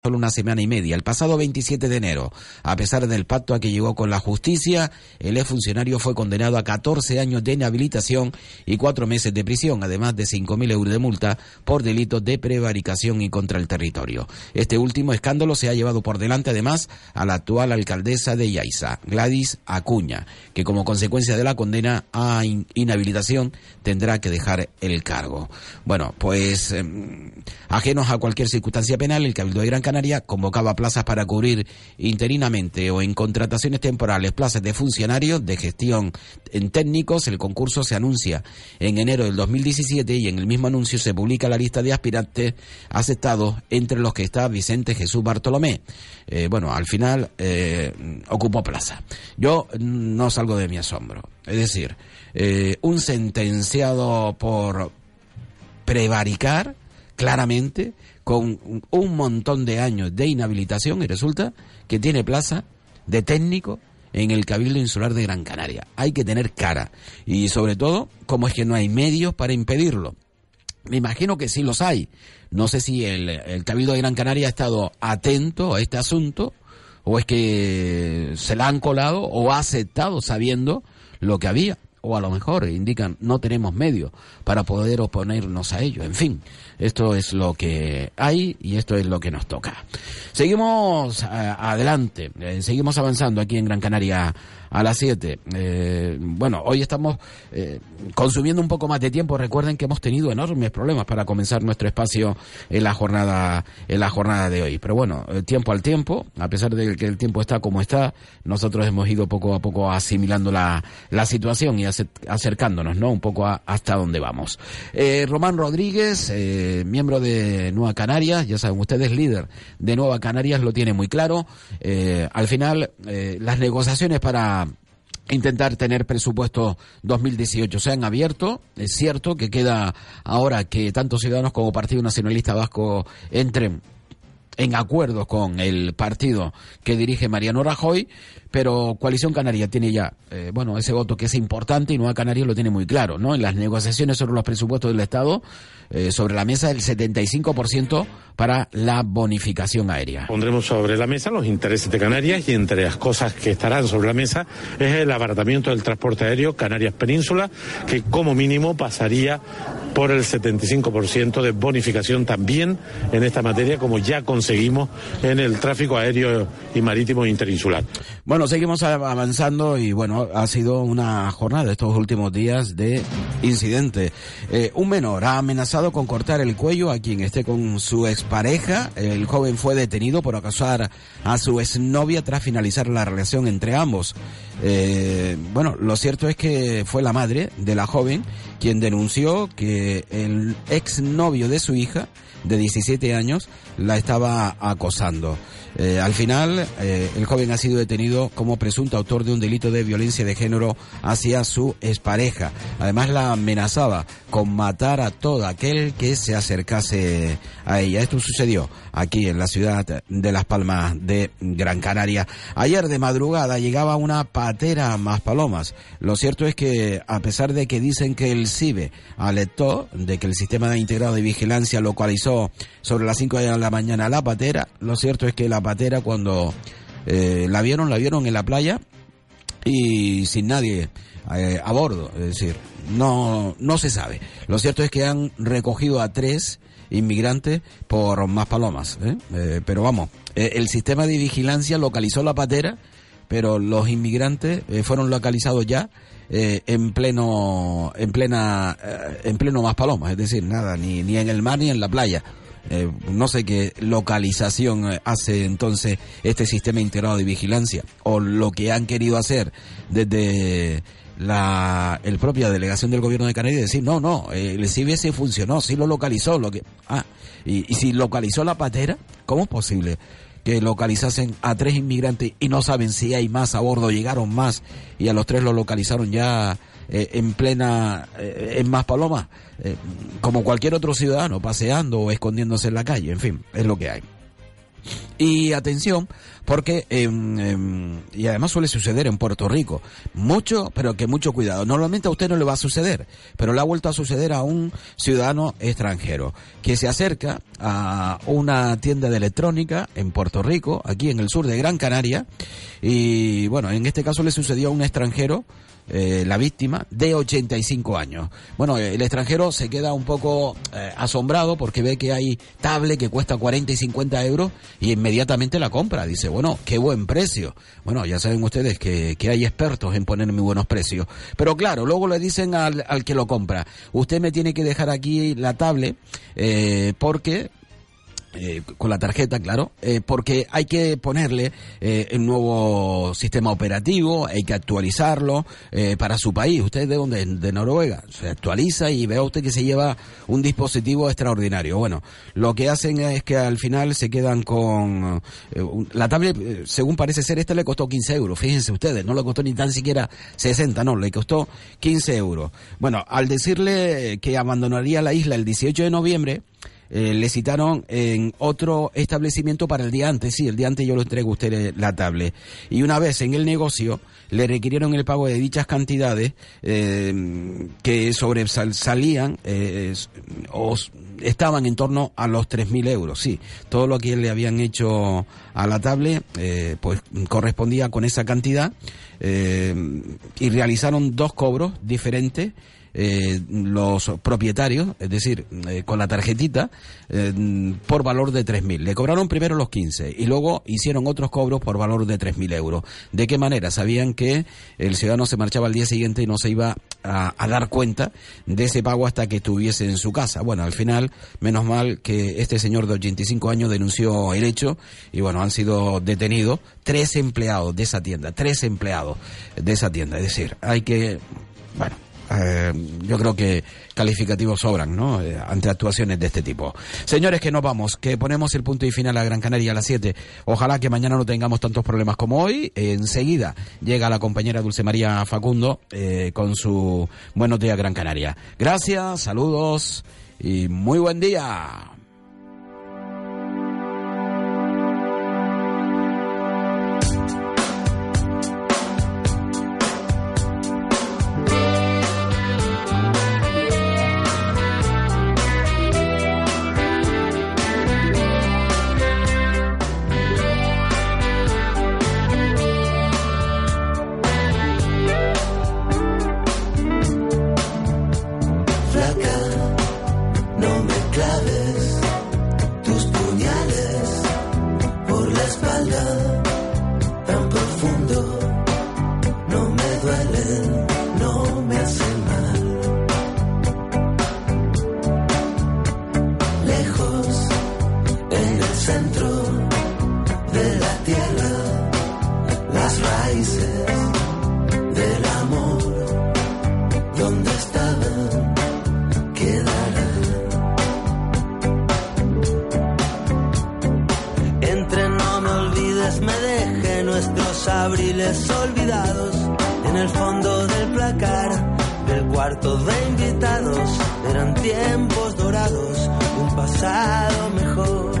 solo una semana y media. El pasado 27 de enero, a pesar del pacto a que llegó con la justicia, el exfuncionario fue condenado a 14 años de inhabilitación y 4 meses de prisión, además de 5.000 euros de multa por delitos de prevaricación y contra el territorio. Este último escándalo se ha llevado por delante además a la actual alcaldesa de Yaiza, Gladys Acuña, que como consecuencia de la condena a inhabilitación tendrá que dejar el cargo. Bueno, pues ajenos a cualquier circunstancia penal, el Cabildo de Gran Canaria convocaba plazas para cubrir interinamente o en contrataciones temporales plazas de funcionarios de gestión en técnicos. El concurso se anuncia en enero del 2017 y en el mismo anuncio se publica la lista de aspirantes aceptados, entre los que está Vicente Jesús Bartolomé. Al final ocupó plaza. Yo no salgo de mi asombro. Es decir, un sentenciado por prevaricar, claramente, con un montón de años de inhabilitación, y resulta que tiene plaza de técnico en el Cabildo Insular de Gran Canaria. Hay que tener cara. Y sobre todo, ¿cómo es que no hay medios para impedirlo? Me imagino que sí los hay. No sé si el Cabildo de Gran Canaria ha estado atento a este asunto, o es que se la han colado o ha aceptado sabiendo lo que había. O a lo mejor indican, no tenemos medios para poder oponernos a ello. En fin, esto es lo que hay y esto es lo que nos toca. Seguimos adelante, seguimos avanzando aquí en Gran Canaria a las 7. Hoy estamos consumiendo un poco más de tiempo. Recuerden que hemos tenido enormes problemas para comenzar nuestro espacio en la jornada de hoy. Pero bueno, tiempo al tiempo, a pesar de que el tiempo está como está, nosotros hemos ido poco a poco asimilando la situación y acercándonos, ¿no? Un poco hasta dónde vamos. Román Rodríguez, miembro de Nueva Canarias, ya saben ustedes, líder de Nueva Canarias, lo tiene muy claro. Al final, las negociaciones para intentar tener presupuesto 2018 se han abierto. Es cierto que queda ahora que tanto Ciudadanos como Partido Nacionalista Vasco entren en acuerdos con el partido que dirige Mariano Rajoy, pero Coalición Canaria tiene ya, ese voto que es importante, y Nueva Canarias lo tiene muy claro, ¿no? En las negociaciones sobre los presupuestos del Estado, sobre la mesa el 75% para la bonificación aérea. Pondremos sobre la mesa los intereses de Canarias, y entre las cosas que estarán sobre la mesa es el abaratamiento del transporte aéreo Canarias Península, que como mínimo pasaría por el 75% de bonificación también en esta materia, como ya conseguimos en el tráfico aéreo y marítimo interinsular. Bueno, seguimos avanzando y ha sido una jornada estos últimos días de incidente. Un menor ha amenazado con cortar el cuello a quien esté con su expareja. El joven fue detenido por acosar a su exnovia tras finalizar la relación entre ambos. Lo cierto es que fue la madre de la joven quien denunció que el exnovio de su hija, de 17 años, la estaba acosando. Al final, el joven ha sido detenido como presunto autor de un delito de violencia de género hacia su expareja. Además, la amenazaba con matar a todo aquel que se acercase a ella. Esto sucedió aquí en la ciudad de Las Palmas de Gran Canaria. Ayer de madrugada llegaba una patera a Maspalomas. Lo cierto es que, a pesar de que dicen que el CIBE alertó de que el sistema integrado de vigilancia localizó sobre las 5 de la mañana la patera, lo cierto es que la patera, cuando la vieron en la playa y sin nadie a bordo, es decir, no se sabe. Lo cierto es que han recogido a 3 inmigrantes por Maspalomas, pero vamos, el sistema de vigilancia localizó la patera, pero los inmigrantes fueron localizados ya en pleno Maspalomas, es decir, nada, ni en el mar ni en la playa. No sé qué localización hace entonces este sistema integrado de vigilancia, o lo que han querido hacer desde el propia delegación del gobierno de Canarias, decir el CIBS funcionó, sí lo localizó, y si localizó la patera, ¿cómo es posible que localizasen a 3 inmigrantes y no saben si hay más a bordo? Llegaron más y a los 3 lo localizaron ya en Maspalomas, como cualquier otro ciudadano, paseando o escondiéndose en la calle. En fin, es lo que hay. Y atención, porque y además suele suceder en Puerto Rico, pero que mucho cuidado. Normalmente a usted no le va a suceder, pero le ha vuelto a suceder a un ciudadano extranjero que se acerca a una tienda de electrónica en Puerto Rico, aquí en el sur de Gran Canaria, y bueno, en este caso le sucedió a un extranjero, la víctima, de 85 años. Bueno, el extranjero se queda un poco asombrado porque ve que hay tablet que cuesta 40 y 50 euros y inmediatamente la compra. Dice, bueno, qué buen precio. Bueno, ya saben ustedes que hay expertos en poner muy buenos precios. Pero claro, luego le dicen al que lo compra, usted me tiene que dejar aquí la tablet porque... con la tarjeta, claro, porque hay que ponerle el nuevo sistema operativo, hay que actualizarlo para su país. ¿Usted de dónde? De Noruega. Se actualiza y vea usted que se lleva un dispositivo extraordinario. Bueno, lo que hacen es que al final se quedan con la tablet, según parece ser, esta le costó 15 euros. Fíjense ustedes, no le costó ni tan siquiera 60, no, le costó 15 euros. Bueno, al decirle que abandonaría la isla el 18 de noviembre, le citaron en otro establecimiento para el día antes. Sí, el día antes yo le entrego a usted la tablet. Y una vez en el negocio le requirieron el pago de dichas cantidades que sobresalían o estaban en torno a los 3.000 euros. Sí, todo lo que le habían hecho a la tablet pues correspondía con esa cantidad, y realizaron 2 cobros diferentes. Los propietarios, es decir, con la tarjetita, por valor de 3.000. Le cobraron primero los 15 y luego hicieron otros cobros por valor de 3.000 euros. ¿De qué manera? Sabían que el ciudadano se marchaba al día siguiente y no se iba a dar cuenta de ese pago hasta que estuviese en su casa. Bueno, al final, menos mal que este señor de 85 años denunció el hecho y bueno, han sido detenidos 3 empleados de esa tienda, 3 empleados de esa tienda. Es decir, hay que, bueno, yo creo que calificativos sobran, ¿no? Ante actuaciones de este tipo. Señores, que nos vamos, que ponemos el punto y final a Gran Canaria a las 7. Ojalá que mañana no tengamos tantos problemas como hoy. Enseguida llega la compañera Dulce María Facundo con su Buenos Días Gran Canaria. Gracias, saludos y muy buen día. Abriles olvidados en el fondo del placar del cuarto de invitados. Eran tiempos dorados, un pasado mejor.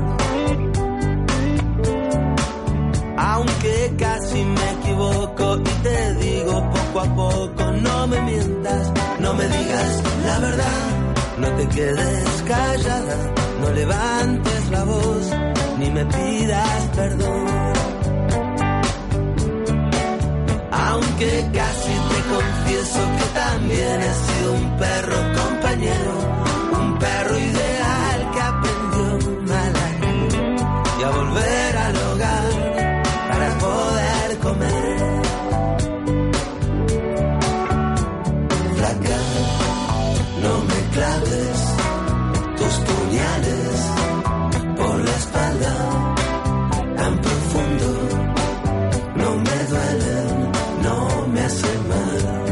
Aunque casi me equivoco y te digo poco a poco, no me mientas, no me digas la verdad, no te quedes callada, no levantes la voz, ni me pidas perdón. Aunque casi te confieso que también he sido un perro compañero, un perro ideal que aprendió a ladrar y a volver al hogar para poder comer. Flaca, no me claves tus puñales por la espalda tan profundo, no me duelen, no me hace mal.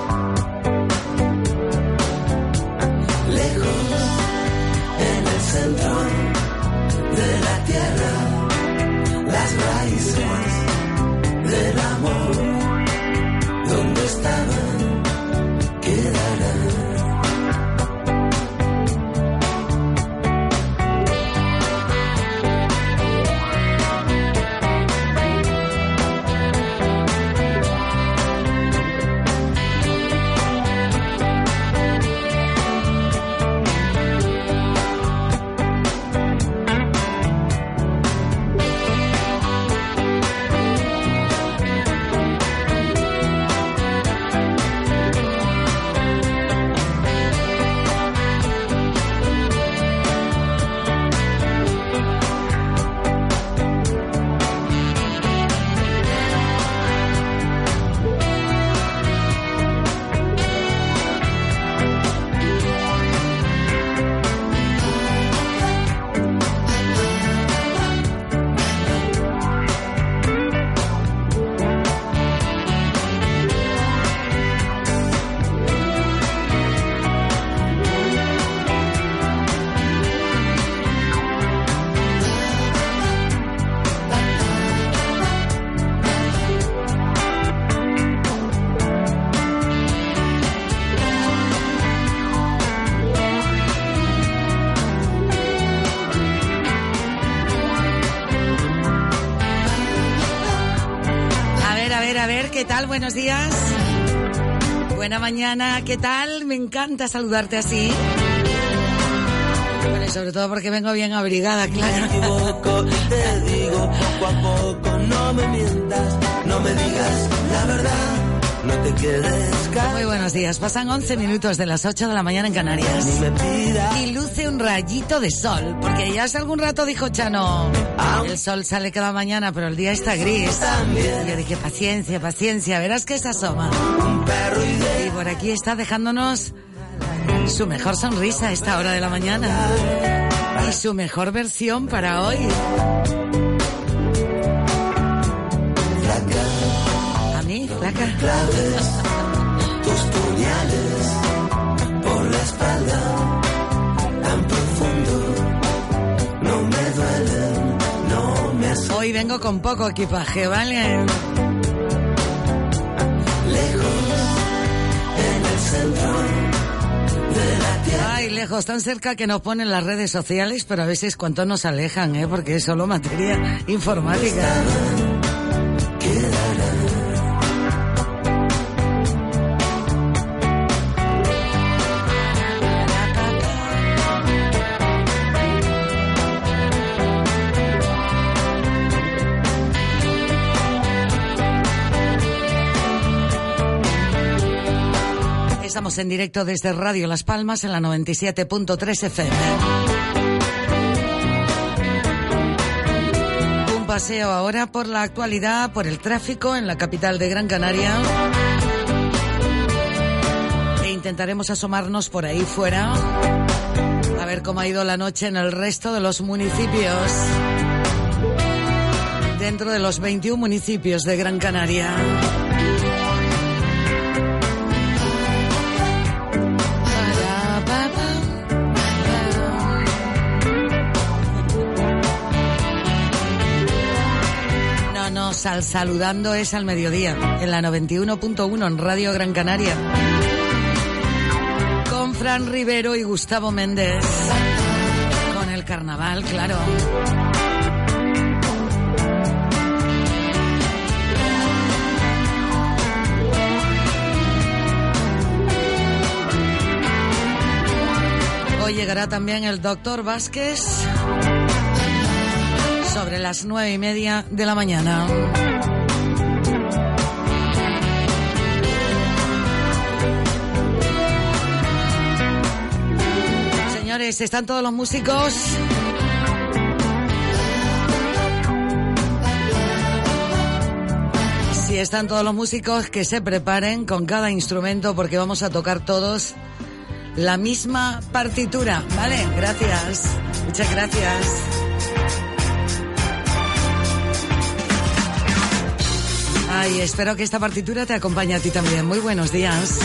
Lejos, en el centro de la tierra, las raíces de la ver, ¿qué tal? Buenos días. Buena mañana, ¿qué tal? Me encanta saludarte así. Bueno, y sobre todo porque vengo bien abrigada, claro. Me equivoco, te digo poco a poco, no me mientas, no me digas la verdad, no te quedes callado. Muy buenos días, pasan 11 minutos de las 8 de la mañana en Canarias. Ni me pidas. Y luce un rayito de sol, porque ya hace algún rato dijo Chano, el sol sale cada mañana, pero el día está gris. Y yo dije, paciencia, paciencia, verás que se asoma. Un perro Y por aquí está dejándonos su mejor sonrisa a esta hora de la mañana. Y su mejor versión para hoy. A mí, flaca. claves, tus puñales por la espalda, tan profundo, no me duelen, no me asustan. Hoy vengo con poco equipaje, ¿vale? Lejos, en el centro de la tierra. Ay, lejos, tan cerca que nos ponen las redes sociales, pero a veces cuánto nos alejan, ¿eh? Porque es solo materia informática. Estamos en directo desde Radio Las Palmas en la 97.3 FM. Un paseo ahora por la actualidad, por el tráfico en la capital de Gran Canaria. E intentaremos asomarnos por ahí fuera a ver cómo ha ido la noche en el resto de los municipios. Dentro de los 21 municipios de Gran Canaria. Saludando es al mediodía, en la 91.1 en Radio Gran Canaria. Con Fran Rivero y Gustavo Méndez. Con el carnaval, claro. Hoy llegará también el doctor Vázquez. Sobre las 9:30 de la mañana. Señores, ¿están todos los músicos? Si están todos los músicos, que se preparen con cada instrumento porque vamos a tocar todos la misma partitura. ¿Vale? Gracias. Muchas gracias. Ay, espero que esta partitura te acompañe a ti también. Muy buenos días.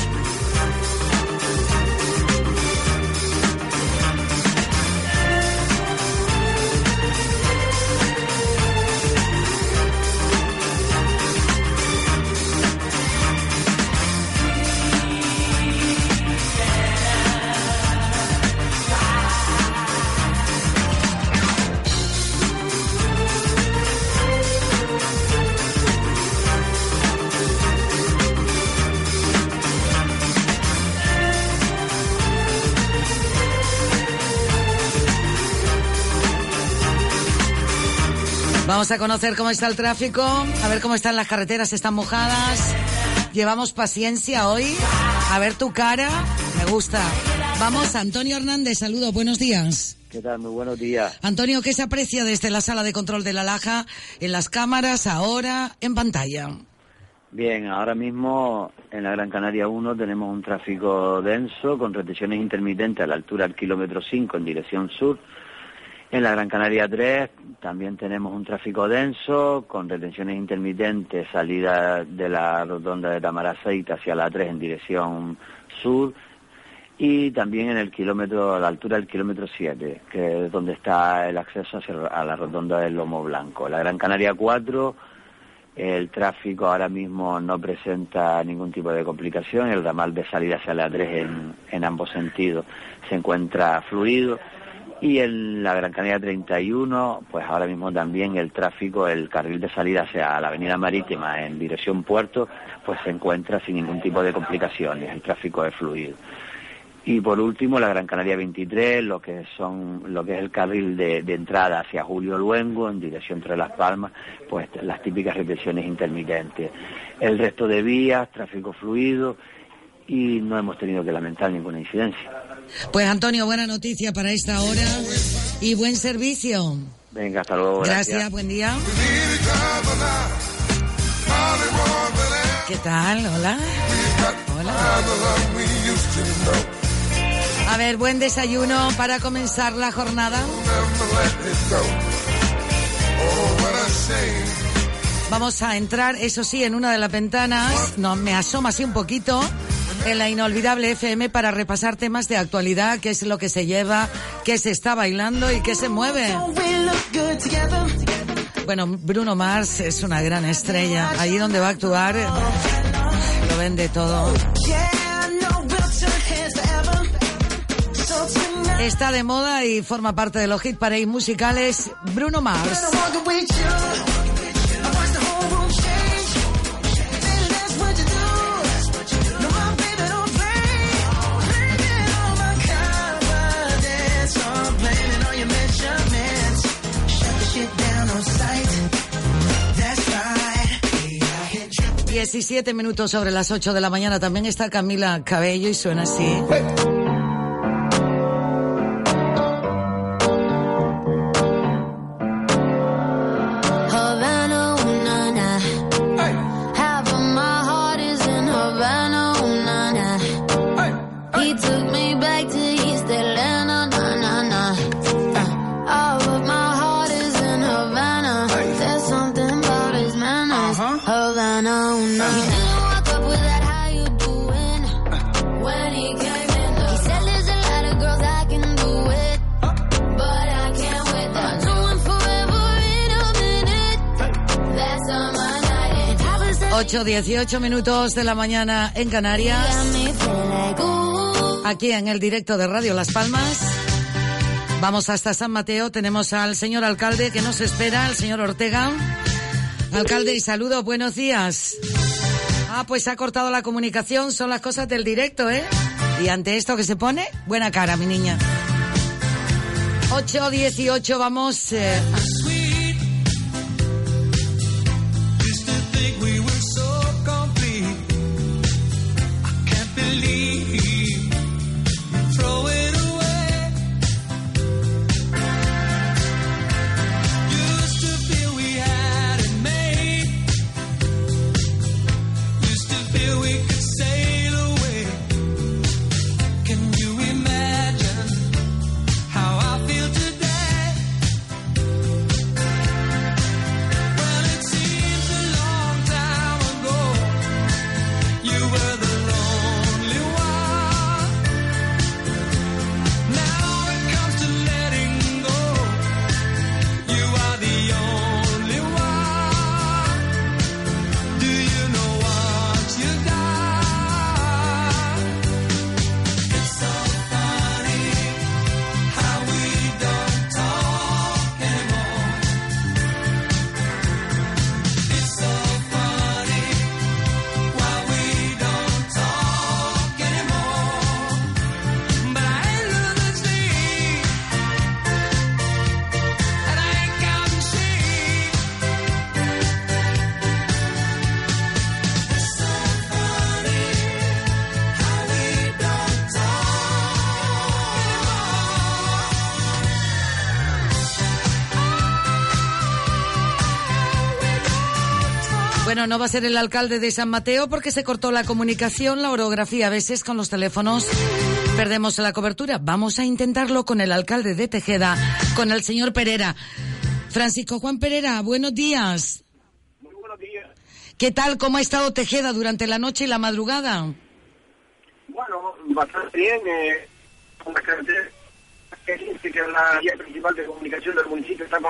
Vamos a conocer cómo está el tráfico, a ver cómo están las carreteras, están mojadas. Llevamos paciencia hoy. A ver tu cara, me gusta. Vamos, Antonio Hernández, saludos, buenos días. ¿Qué tal? Muy buenos días. Antonio, ¿qué se aprecia desde la sala de control de La Laja, en las cámaras, ahora, en pantalla? Bien, ahora mismo en la Gran Canaria 1 tenemos un tráfico denso con retenciones intermitentes a la altura del kilómetro 5 en dirección sur. En la Gran Canaria 3 también tenemos un tráfico denso con retenciones intermitentes, salida de la rotonda de Tamaraceite hacia la 3 en dirección sur, y también en el kilómetro, a la altura del kilómetro 7, que es donde está el acceso a la rotonda del Lomo Blanco. La Gran Canaria 4, el tráfico ahora mismo no presenta ningún tipo de complicación, el ramal de salida hacia la 3 en ambos sentidos se encuentra fluido. Y en la Gran Canaria 31, pues ahora mismo también el tráfico, el carril de salida hacia la avenida Marítima en dirección Puerto, pues se encuentra sin ningún tipo de complicaciones, el tráfico es fluido. Y por último, la Gran Canaria 23, lo que es el carril de entrada hacia Julio Luengo en dirección Tres Las Palmas, pues las típicas retenciones intermitentes. El resto de vías, tráfico fluido, y no hemos tenido que lamentar ninguna incidencia. Pues Antonio, buena noticia para esta hora y buen servicio. Venga, hasta luego. Gracias, buen día. ¿Qué tal? Hola. Hola. A ver, buen desayuno para comenzar la jornada. Vamos a entrar, eso sí, en una de las ventanas. No, me asoma así un poquito en la inolvidable FM para repasar temas de actualidad, qué es lo que se lleva, qué se está bailando y qué se mueve. Bueno, Bruno Mars es una gran estrella. Allí donde va a actuar, lo vende todo. Está de moda y forma parte de los hit parade musicales Bruno Mars. That's 17 minutos sobre las 8 de la mañana. También está Camila Cabello y suena así. Ocho, 18 minutos de la mañana en Canarias. Aquí en el directo de Radio Las Palmas. Vamos hasta San Mateo. Tenemos al señor alcalde que nos espera, el señor Ortega. Alcalde, y saludo, buenos días. Pues se ha cortado la comunicación, son las cosas del directo, ¿eh? Y ante esto que se pone, buena cara, mi niña. 8:18, vamos... Bueno, no va a ser el alcalde de San Mateo porque se cortó la comunicación, la orografía. A veces con los teléfonos perdemos la cobertura. Vamos a intentarlo con el alcalde de Tejeda, con el señor Perera. Francisco Juan Perera, buenos días. Muy buenos días. ¿Qué tal? ¿Cómo ha estado Tejeda durante la noche y la madrugada? Bueno, bastante bien. La carretera que es la vía principal de comunicación del municipio está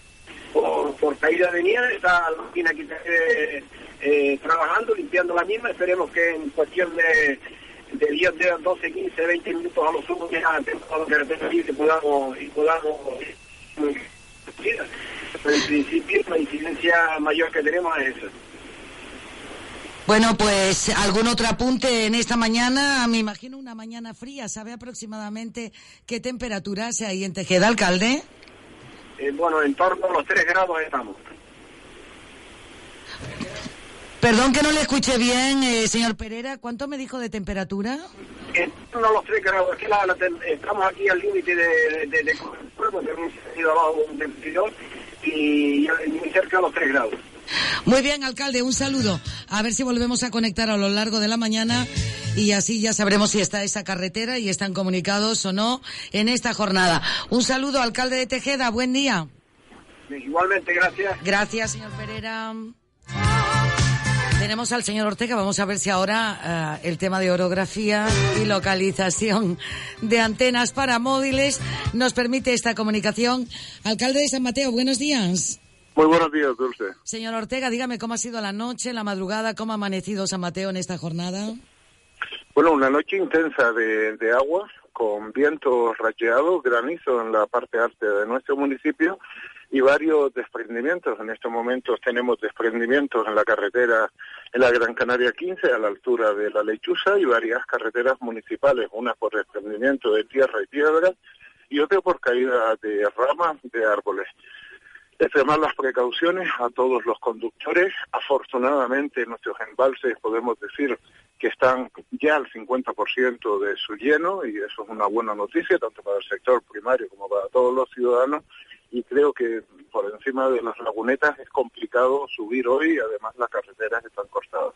por caída de nieve, está la máquina aquí trabajando, limpiando la misma. Esperemos que en cuestión de 10, de 12, 15, 20 minutos a lo sumo que tengamos carretera libre y podamos pero en principio la incidencia mayor que tenemos es esa. Bueno, pues algún otro apunte en esta mañana. Me imagino una mañana fría. ¿Sabe aproximadamente qué temperatura hace ahí en Tejeda, alcalde? Bueno, en torno a los 3 grados estamos. Perdón que no le escuché bien, señor Pereira. ¿Cuánto me dijo de temperatura? En torno a los 3 grados. Es que estamos aquí al límite de porque hemos ido abajo un 22 y muy cerca a los 3 grados. Muy bien, alcalde, un saludo. A ver si volvemos a conectar a lo largo de la mañana y así ya sabremos si está esa carretera y están comunicados o no en esta jornada. Un saludo, alcalde de Tejeda. Buen día. Igualmente, gracias. Gracias, señor Pereira. Tenemos al señor Ortega, vamos a ver si ahora el tema de orografía y localización de antenas para móviles nos permite esta comunicación. Alcalde de San Mateo, buenos días. Muy buenos días, Dulce. Señor Ortega, dígame cómo ha sido la noche, la madrugada, cómo ha amanecido San Mateo en esta jornada. Bueno, una noche intensa de agua, con vientos racheados, granizo en la parte alta de nuestro municipio y varios desprendimientos. En estos momentos tenemos desprendimientos en la carretera, en la Gran Canaria 15, a la altura de la Lechuza, y varias carreteras municipales, una por desprendimiento de tierra y piedra y otra por caída de ramas de árboles. Extremar las precauciones a todos los conductores. Afortunadamente nuestros embalses podemos decir que están ya al 50% de su lleno y eso es una buena noticia tanto para el sector primario como para todos los ciudadanos, y creo que por encima de las lagunetas es complicado subir hoy y además las carreteras están cortadas.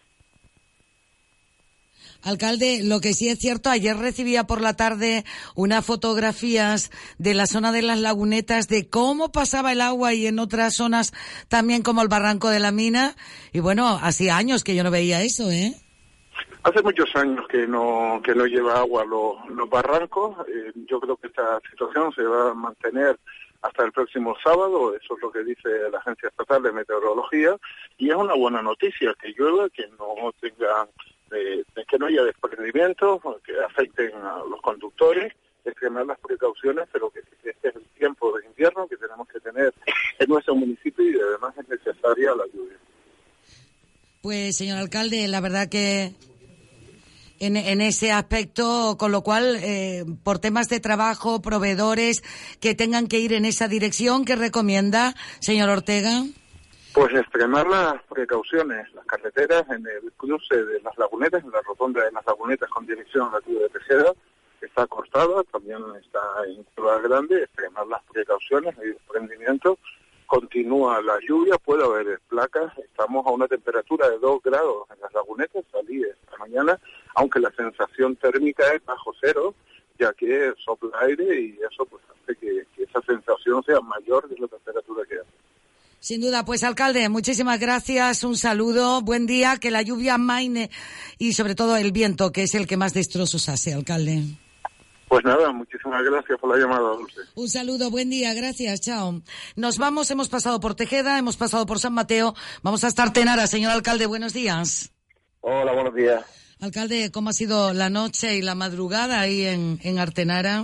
Alcalde, lo que sí es cierto, ayer recibía por la tarde unas fotografías de la zona de las lagunetas de cómo pasaba el agua y en otras zonas también como el barranco de la mina. Y bueno, hacía años que yo no veía eso, ¿eh? Hace muchos años que no lleva agua los barrancos. Yo creo que esta situación se va a mantener hasta el próximo sábado, eso es lo que dice la Agencia Estatal de Meteorología, y es una buena noticia que llueva, que no tenga... que no haya desprendimientos que afecten a los conductores, extremar las precauciones, pero que este es el tiempo de invierno que tenemos que tener en nuestro municipio y además es necesaria la lluvia. Pues, señor alcalde, la verdad que en ese aspecto, con lo cual, por temas de trabajo, proveedores que tengan que ir en esa dirección, ¿qué recomienda, señor Ortega? Pues extremar las precauciones, las carreteras en el cruce de las lagunetas, en la rotonda de las lagunetas con dirección a la ciudad de Tejeda, está cortada, también está en Ciudad Grande, extremar las precauciones, hay desprendimiento, continúa la lluvia, puede haber placas, estamos a una temperatura de 2 grados en las lagunetas, salí esta mañana, aunque la sensación térmica es bajo cero, ya que sopla aire y eso pues hace que esa sensación sea mayor de la temperatura que hace. Sin duda, pues alcalde, muchísimas gracias, un saludo, buen día, que la lluvia amaine y sobre todo el viento, que es el que más destrozos hace, alcalde. Pues nada, muchísimas gracias por la llamada, Dulce. Un saludo, buen día, gracias, chao. Nos vamos, hemos pasado por Tejeda, hemos pasado por San Mateo, vamos hasta Artenara, señor alcalde, buenos días. Hola, buenos días. Alcalde, ¿cómo ha sido la noche y la madrugada ahí en Artenara?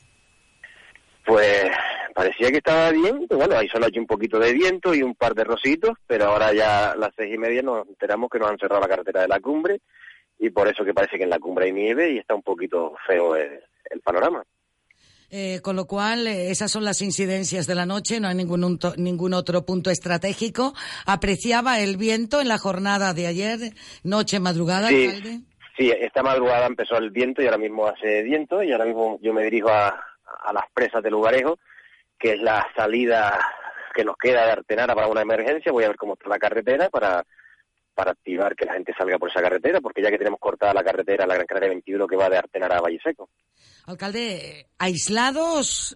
Pues parecía que estaba bien, bueno, ahí solo hay un poquito de viento y un par de rositos, pero ahora ya a las 6:30 nos enteramos que nos han cerrado la carretera de la cumbre y por eso que parece que en la cumbre hay nieve y está un poquito feo el panorama. Con lo cual, esas son las incidencias de la noche, no hay ningún otro punto estratégico. ¿Apreciaba el viento en la jornada de ayer, noche, madrugada, sí, alcalde? Sí, esta madrugada empezó el viento y ahora mismo hace viento y ahora mismo yo me dirijo a las presas de Lugarejo, que es la salida que nos queda de Artenara para una emergencia. Voy a ver cómo está la carretera para activar que la gente salga por esa carretera, porque ya que tenemos cortada la carretera, la Gran Canaria 21 que va de Artenara a Valle Seco. Alcalde, ¿aislados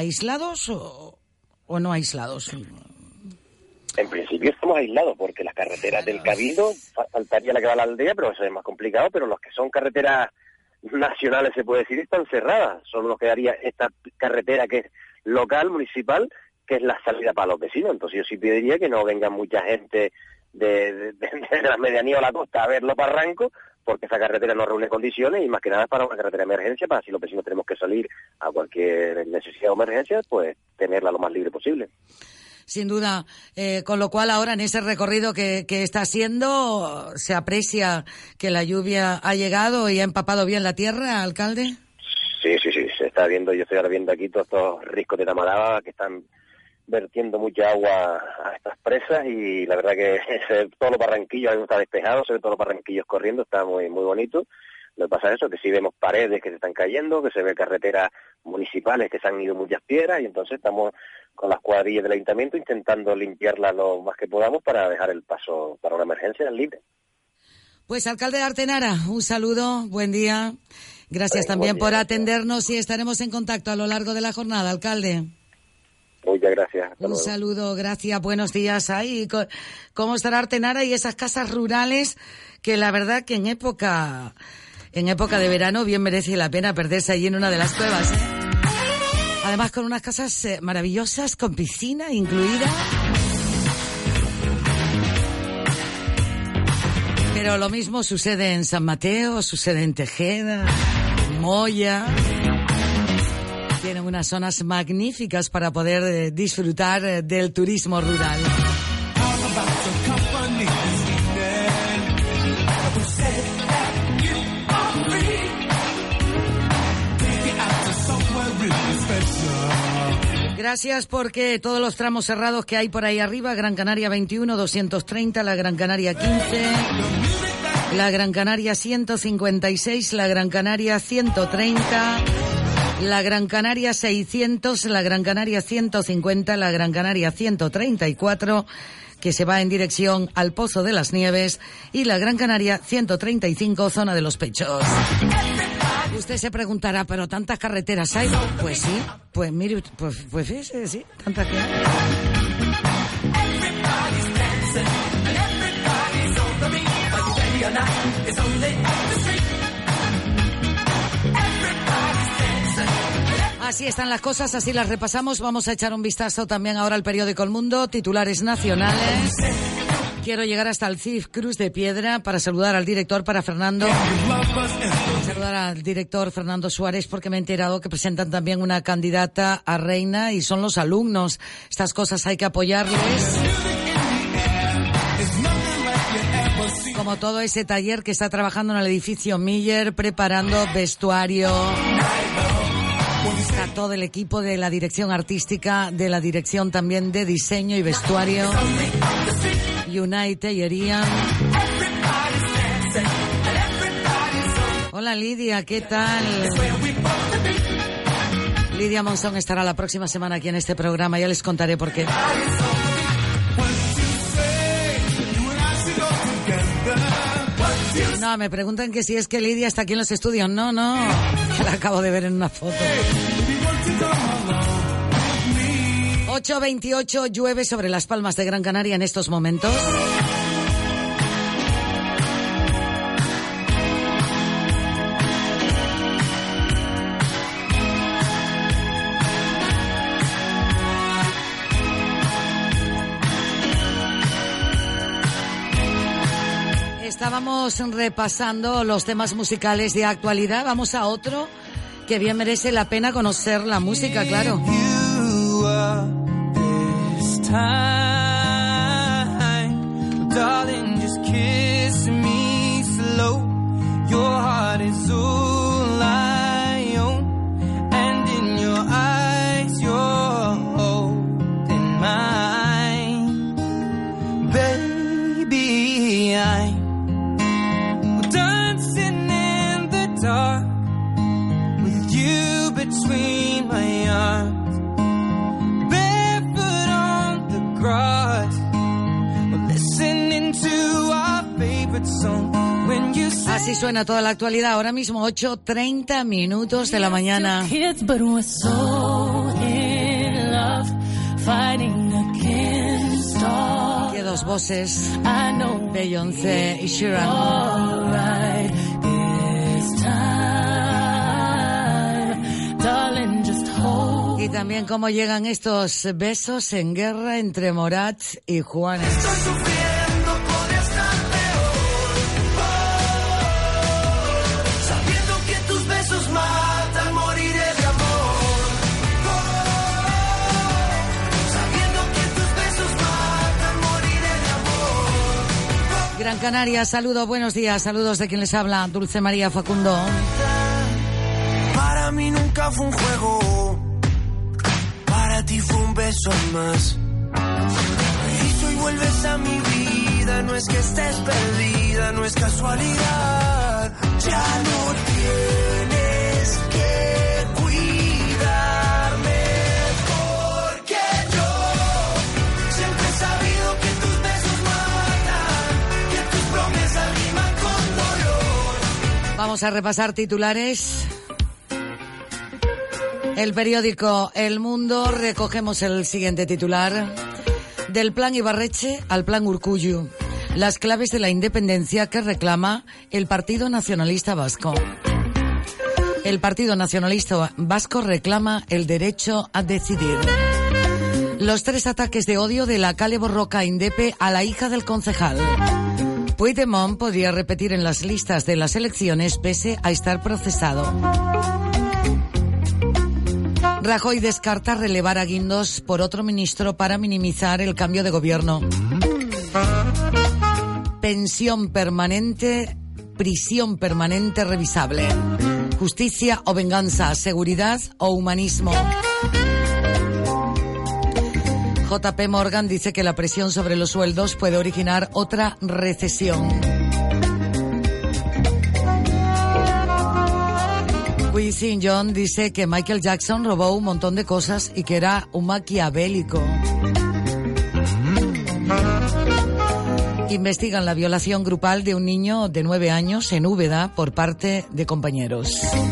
o no aislados? En principio estamos aislados, porque las carreteras del Cabildo, faltaría la que va a la aldea, pero eso es más complicado, pero los que son carreteras nacionales, se puede decir, están cerradas. Solo nos quedaría esta carretera que es local, municipal, que es la salida para los vecinos. Entonces yo sí pediría que no venga mucha gente de la medianía o la costa a ver los barrancos, porque esa carretera no reúne condiciones y más que nada para una carretera de emergencia, para si los vecinos tenemos que salir a cualquier necesidad o emergencia, pues tenerla lo más libre posible. Sin duda, con lo cual ahora en ese recorrido que está haciendo, ¿se aprecia que la lluvia ha llegado y ha empapado bien la tierra, alcalde? Sí, se está viendo, yo estoy ahora viendo aquí todos estos riscos de Tamaraba que están vertiendo mucha agua a estas presas y la verdad que todos los barranquillos, ahí está despejado, se ve todos los barranquillos corriendo, está muy muy bonito. Lo que pasa es eso, que sí vemos paredes que se están cayendo, que se ve carreteras municipales que se han ido muchas piedras y entonces estamos con las cuadrillas del ayuntamiento intentando limpiarlas lo más que podamos para dejar el paso para una emergencia libre. Pues alcalde de Artenara, un saludo, buen día. Gracias también por atendernos y estaremos en contacto a lo largo de la jornada, alcalde. Muchas gracias. Un saludo, gracias, buenos días. Ahí, ¿cómo estará Artenara y esas casas rurales que la verdad que en época de verano bien merece la pena perderse allí en una de las cuevas, ¿eh? Además con unas casas maravillosas, con piscina incluida. Pero lo mismo sucede en San Mateo, sucede en Tejeda, en Moya. Tienen unas zonas magníficas para poder disfrutar del turismo rural. Gracias porque todos los tramos cerrados que hay por ahí arriba, Gran Canaria 21, 230, la Gran Canaria 15, la Gran Canaria 156, la Gran Canaria 130, la Gran Canaria 600, la Gran Canaria 150, la Gran Canaria 134, que se va en dirección al Pozo de las Nieves, y la Gran Canaria 135, zona de Los Pechos. Usted se preguntará, ¿pero tantas carreteras hay? Pues sí, pues mire, pues fíjese, sí, tantas que hay. Así están las cosas, así las repasamos. Vamos a echar un vistazo también ahora al periódico El Mundo, titulares nacionales. Quiero llegar hasta el CIF Cruz de Piedra para saludar al director, saludar al director Fernando Suárez, porque me he enterado que presentan también una candidata a reina y son los alumnos. Estas cosas hay que apoyarles. Como todo ese taller que está trabajando en el edificio Miller, preparando vestuario. Está todo el equipo de la dirección artística, de la dirección también de diseño y vestuario. United Irían. Hola Lidia, ¿qué tal? Lidia Monzón estará la próxima semana aquí en este programa, ya les contaré por qué. No, me preguntan que si es que Lidia está aquí en los estudios. No, la acabo de ver en una foto. 8:28, llueve sobre Las Palmas de Gran Canaria en estos momentos. Estábamos repasando los temas musicales de actualidad. Vamos a otro que bien merece la pena conocer la música, claro. Darling, just kiss me slow. Your heart is all I own, and in your eyes you're holding mine. Baby, I'm dancing in the dark with you between my arms, barefoot on the grass, listening to our favorite song. Así suena toda la actualidad ahora mismo, 8:30 minutos de la mañana. Que dos voces, Beyoncé y Sheeran. Y también cómo llegan estos besos en guerra entre Morat y Juanes. Gran Canaria, saludos, buenos días, saludos de quien les habla, Dulce María Facundo. Para mí nunca fue un juego, para ti fue un beso más. Y tú hoy vuelves a mi vida, no es que estés perdida, no es casualidad. Ya no tienes que cuidarme, porque yo siempre he sabido que tus besos matan, que tus promesas riman con dolor. Vamos a repasar titulares. El periódico El Mundo, recogemos el siguiente titular. Del plan Ibarretxe al plan Urkullu. Las claves de la independencia que reclama el Partido Nacionalista Vasco. El Partido Nacionalista Vasco reclama el derecho a decidir. Los 3 ataques de odio de la Kale Borroka Indepe a la hija del concejal. Puigdemont podría repetir en las listas de las elecciones pese a estar procesado. Rajoy descarta relevar a Guindos por otro ministro para minimizar el cambio de gobierno. Pensión permanente, prisión permanente revisable. Justicia o venganza, seguridad o humanismo. JP Morgan dice que la presión sobre los sueldos puede originar otra recesión. Quincy John dice que Michael Jackson robó un montón de cosas y que era un maquiavélico. Investigan la violación grupal de un niño de 9 años en Úbeda por parte de compañeros.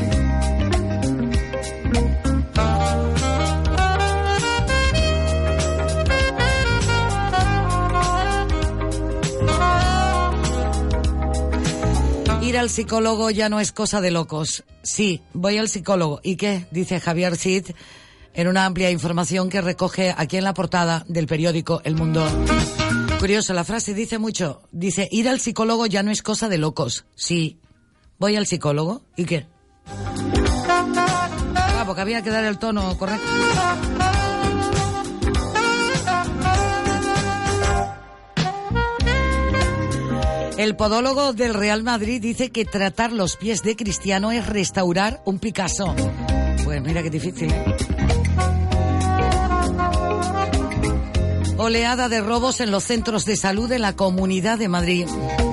Ir al psicólogo ya no es cosa de locos. Sí, voy al psicólogo. ¿Y qué? Dice Javier Cid en una amplia información que recoge aquí en la portada del periódico El Mundo. Curioso, la frase dice mucho. Dice, ir al psicólogo ya no es cosa de locos. Sí, voy al psicólogo. ¿Y qué? Ah, porque había que dar el tono correcto. El podólogo del Real Madrid dice que tratar los pies de Cristiano es restaurar un Picasso. Pues mira qué difícil. Oleada de robos en los centros de salud de la Comunidad de Madrid.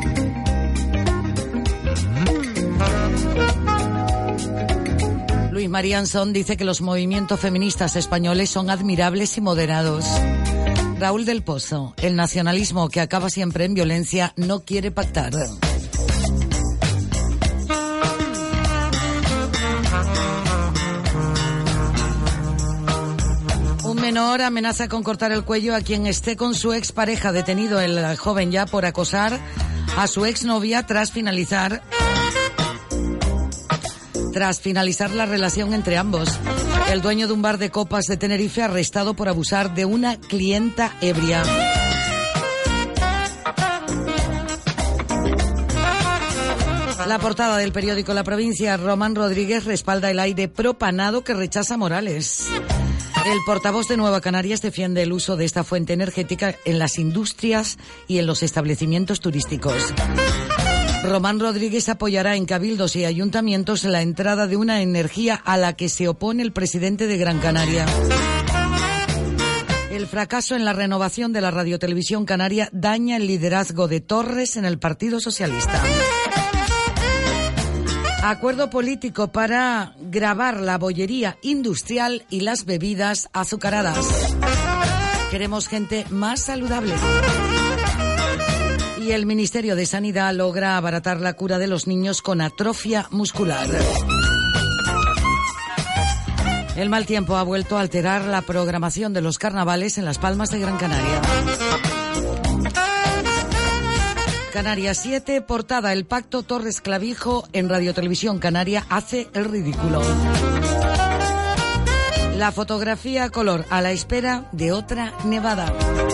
Luis Marianson dice que los movimientos feministas españoles son admirables y moderados. Raúl del Pozo, el nacionalismo que acaba siempre en violencia no quiere pactar. Un menor amenaza con cortar el cuello a quien esté con su expareja, detenido el joven ya por acosar a su exnovia tras finalizar la relación entre ambos. El dueño de un bar de copas de Tenerife arrestado por abusar de una clienta ebria. La portada del periódico La Provincia, Román Rodríguez respalda el aire propanado que rechaza Morales. El portavoz de Nueva Canarias defiende el uso de esta fuente energética en las industrias y en los establecimientos turísticos. Román Rodríguez apoyará en cabildos y ayuntamientos la entrada de una energía a la que se opone el presidente de Gran Canaria. El fracaso en la renovación de la radiotelevisión canaria daña el liderazgo de Torres en el Partido Socialista. Acuerdo político para gravar la bollería industrial y las bebidas azucaradas. Queremos gente más saludable. Y el Ministerio de Sanidad logra abaratar la cura de los niños con atrofia muscular. El mal tiempo ha vuelto a alterar la programación de los carnavales en Las Palmas de Gran Canaria. Canarias 7, portada: el pacto Torres-Clavijo en Radio Televisión Canaria hace el ridículo. La fotografía a color a la espera de otra nevada.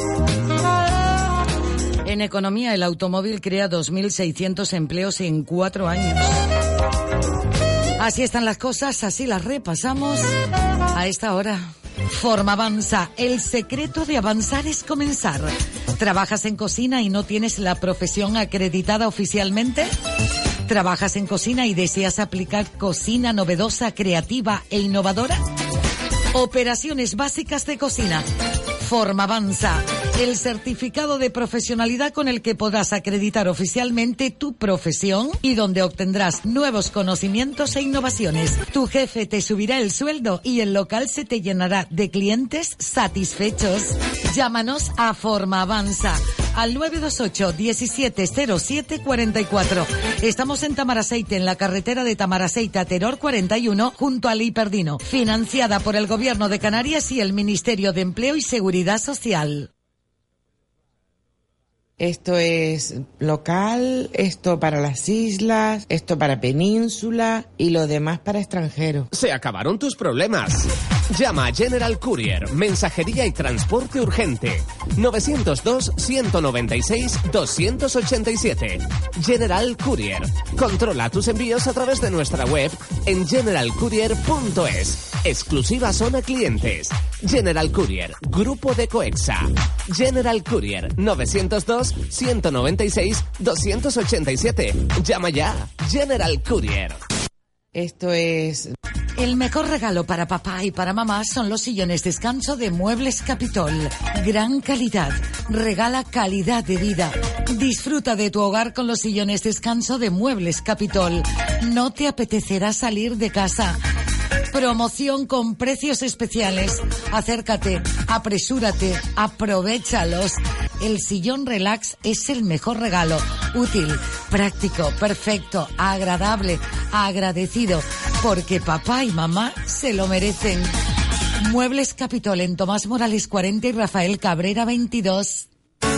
En economía, el automóvil crea 2.600 empleos en 4 años. Así están las cosas, así las repasamos a esta hora. Forma Avanza. El secreto de avanzar es comenzar. ¿Trabajas en cocina y no tienes la profesión acreditada oficialmente? ¿Trabajas en cocina y deseas aplicar cocina novedosa, creativa e innovadora? Operaciones básicas de cocina. Formavanza, el certificado de profesionalidad con el que podrás acreditar oficialmente tu profesión y donde obtendrás nuevos conocimientos e innovaciones. Tu jefe te subirá el sueldo y el local se te llenará de clientes satisfechos. Llámanos a Formavanza al 928 1707 44. Estamos en Tamaraceite, en la carretera de Tamaraceite a Teror 41, junto al Hiperdino. Financiada por el Gobierno de Canarias y el Ministerio de Empleo y Seguridad Social. Esto es local, esto para las islas, esto para península y lo demás para extranjeros. Se acabaron tus problemas. Llama a General Courier, mensajería y transporte urgente. 902-196-287. General Courier. Controla tus envíos a través de nuestra web en generalcourier.es. Exclusiva zona clientes. General Courier, Grupo de Coexa. General Courier, 902-196-287. Llama ya. General Courier. Esto es... El mejor regalo para papá y para mamá son los sillones descanso de Muebles Capitol. Gran calidad. Regala calidad de vida. Disfruta de tu hogar con los sillones descanso de Muebles Capitol. No te apetecerá salir de casa. Promoción con precios especiales. Acércate, apresúrate, aprovéchalos. El sillón relax es el mejor regalo. Útil, práctico, perfecto, agradable, agradecido. Porque papá y mamá se lo merecen. Muebles Capitol en Tomás Morales 40 y Rafael Cabrera 22.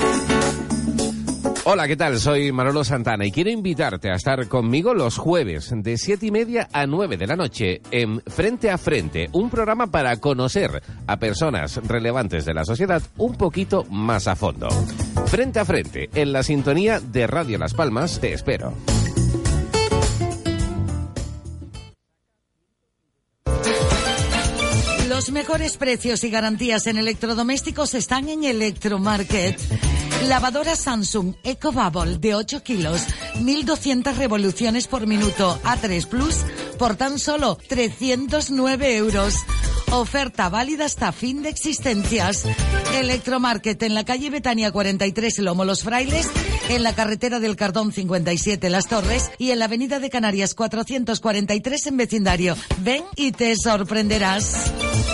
Hola, ¿qué tal? Soy Manolo Santana y quiero invitarte a estar conmigo los jueves de 7:30 a 9 de la noche en Frente a Frente, un programa para conocer a personas relevantes de la sociedad un poquito más a fondo. Frente a Frente, en la sintonía de Radio Las Palmas, te espero. Los mejores precios y garantías en electrodomésticos están en Electromarket. Lavadora Samsung EcoBubble de 8 kilos, 1.200 revoluciones por minuto, A3 Plus, por tan solo 309 euros. Oferta válida hasta fin de existencias. Electromarket en la calle Betania 43, Lomo Los Frailes, en la carretera del Cardón 57, Las Torres, y en la avenida de Canarias 443 en vecindario. Ven y te sorprenderás.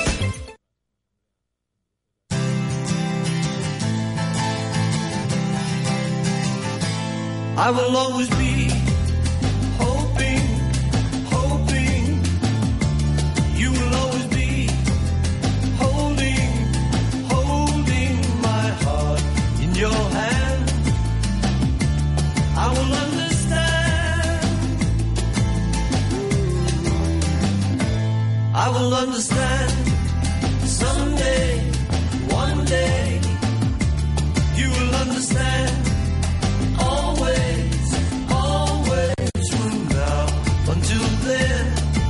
I will always be hoping, hoping. You will always be holding, holding my heart in your hand. I will understand. I will understand someday, one day. You will understand. Always, always from now until then.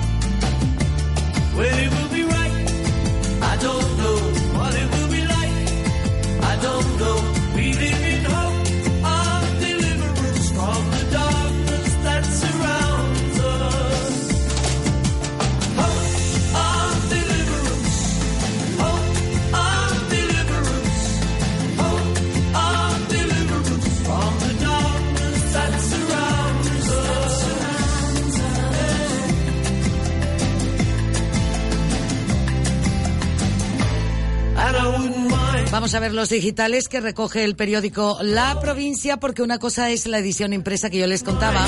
When it will be right, I don't know. What it will be like, I don't know. We live in hope of deliverance from the darkness that surrounds us. Hope of deliverance, hope of deliverance, hope of deliverance from the Vamos a ver los digitales que recoge el periódico La Provincia, porque una cosa es la edición impresa que yo les contaba.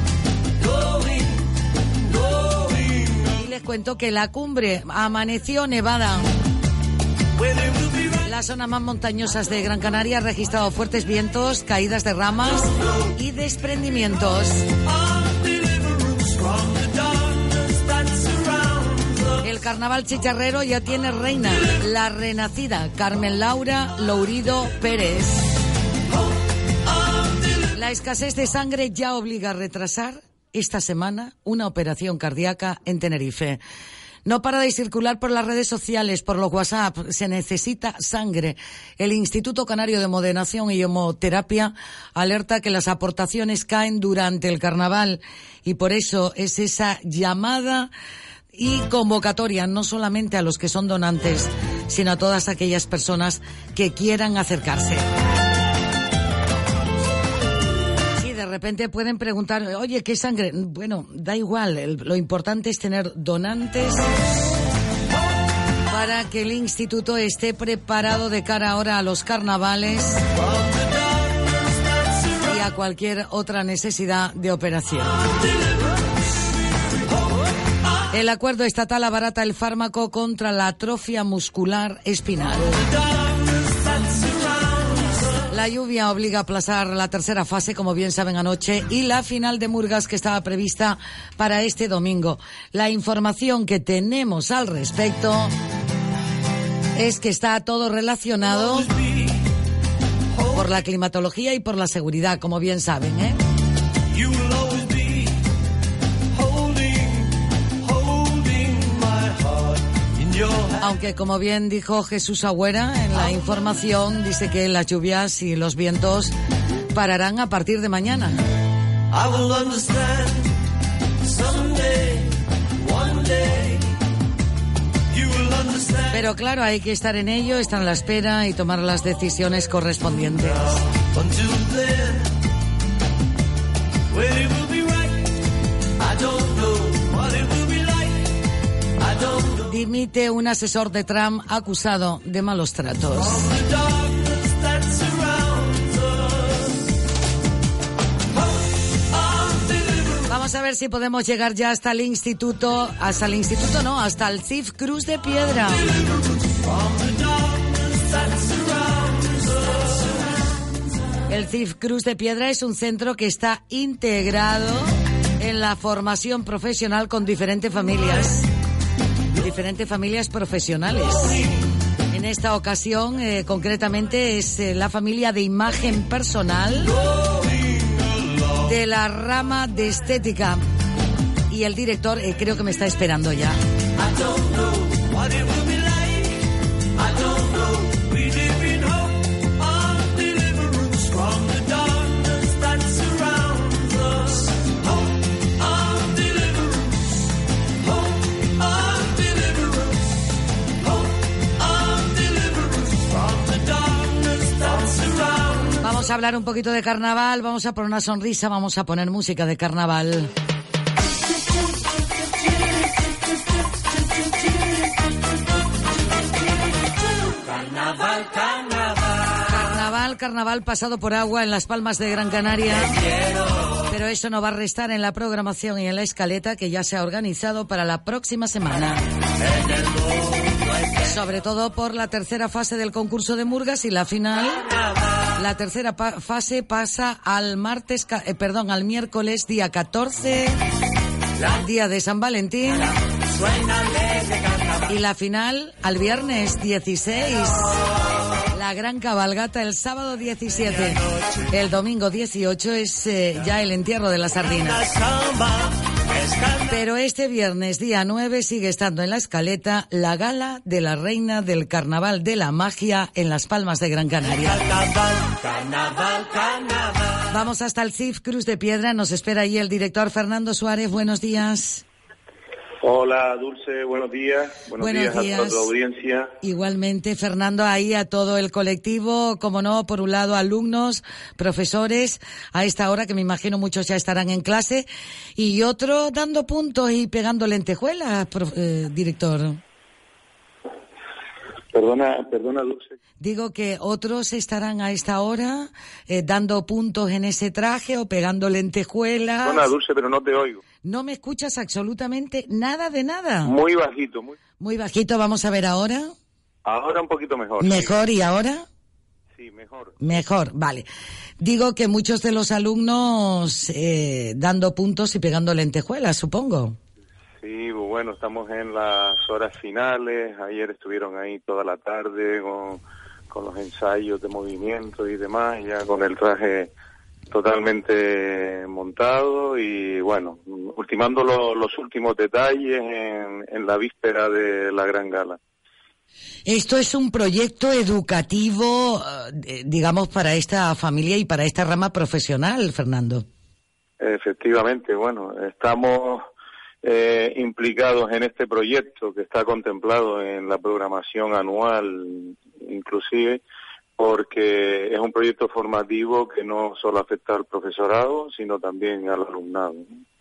Y les cuento que la cumbre amaneció nevada. Las zonas más montañosas de Gran Canaria han registrado fuertes vientos, caídas de ramas y desprendimientos. El carnaval chicharrero ya tiene reina, la renacida Carmen Laura Lourido Pérez. La escasez de sangre ya obliga a retrasar esta semana una operación cardíaca en Tenerife. No para de circular por las redes sociales, por los WhatsApp. Se necesita sangre. El Instituto Canario de Moderación y Hemoterapia alerta que las aportaciones caen durante el carnaval y por eso es esa llamada y convocatoria no solamente a los que son donantes, sino a todas aquellas personas que quieran acercarse. De repente pueden preguntar, oye, ¿qué sangre? Bueno, da igual, lo importante es tener donantes para que el instituto esté preparado de cara ahora a los carnavales y a cualquier otra necesidad de operación. El acuerdo estatal abarata el fármaco contra la atrofia muscular espinal. La lluvia obliga a aplazar la tercera fase, como bien saben, anoche, y la final de Murgas, que estaba prevista para este domingo. La información que tenemos al respecto es que está todo relacionado por la climatología y por la seguridad, como bien saben, ¿eh? Aunque, como bien dijo Jesús Agüera en la información, dice que las lluvias y los vientos pararán a partir de mañana. Pero claro, hay que estar en ello, estar a la espera y tomar las decisiones correspondientes. Dimite un asesor de Trump acusado de malos tratos. Vamos a ver si podemos llegar ya hasta el instituto, hasta el CIF Cruz de Piedra. El CIF Cruz de Piedra es un centro que está integrado en la formación profesional con diferentes familias profesionales. En esta ocasión, concretamente, es la familia de imagen personal de la rama de estética. Y el director creo que me está esperando ya. Vamos a hablar un poquito de carnaval, vamos a poner una sonrisa, vamos a poner música de carnaval. Carnaval pasado por agua en Las Palmas de Gran Canaria. Pero eso no va a restar en la programación y en la escaleta que ya se ha organizado para la próxima semana. Sobre todo por la tercera fase del concurso de Murgas y la final. La tercera fase pasa al miércoles día 14, día de San Valentín. Y la final al viernes 16. La gran cabalgata el sábado 17. El domingo 18 es ya el entierro de las sardinas. Pero este viernes, día 9, sigue estando en la escaleta la gala de la reina del carnaval de la magia en Las Palmas de Gran Canaria. Vamos hasta el CIF Cruz de Piedra. Nos espera ahí el director Fernando Suárez. Buenos días. Hola, Dulce, buenos días. Buenos días a toda tu audiencia. Igualmente, Fernando, ahí a todo el colectivo, como no, por un lado alumnos, profesores, a esta hora que me imagino muchos ya estarán en clase, y otro dando puntos y pegando lentejuelas, director. Perdona, Dulce. Digo que otros estarán a esta hora dando puntos en ese traje o pegando lentejuelas. Perdona, Dulce, pero no te oigo. No me escuchas absolutamente nada de nada. Muy bajito. Muy bajito, vamos a ver ahora. Ahora un poquito mejor. ¿Mejor sí. Y ahora? Sí, mejor. Mejor, vale. Digo que muchos de los alumnos dando puntos y pegando lentejuelas, supongo. Sí, bueno, estamos en las horas finales. Ayer estuvieron ahí toda la tarde con los ensayos de movimiento y demás, ya con el traje totalmente montado y bueno, ultimando los últimos detalles en la víspera de la gran gala. Esto es un proyecto educativo, digamos, para esta familia y para esta rama profesional, Fernando. Efectivamente, bueno, estamos implicados en este proyecto que está contemplado en la programación anual, inclusive, porque es un proyecto formativo que no solo afecta al profesorado, sino también al alumnado.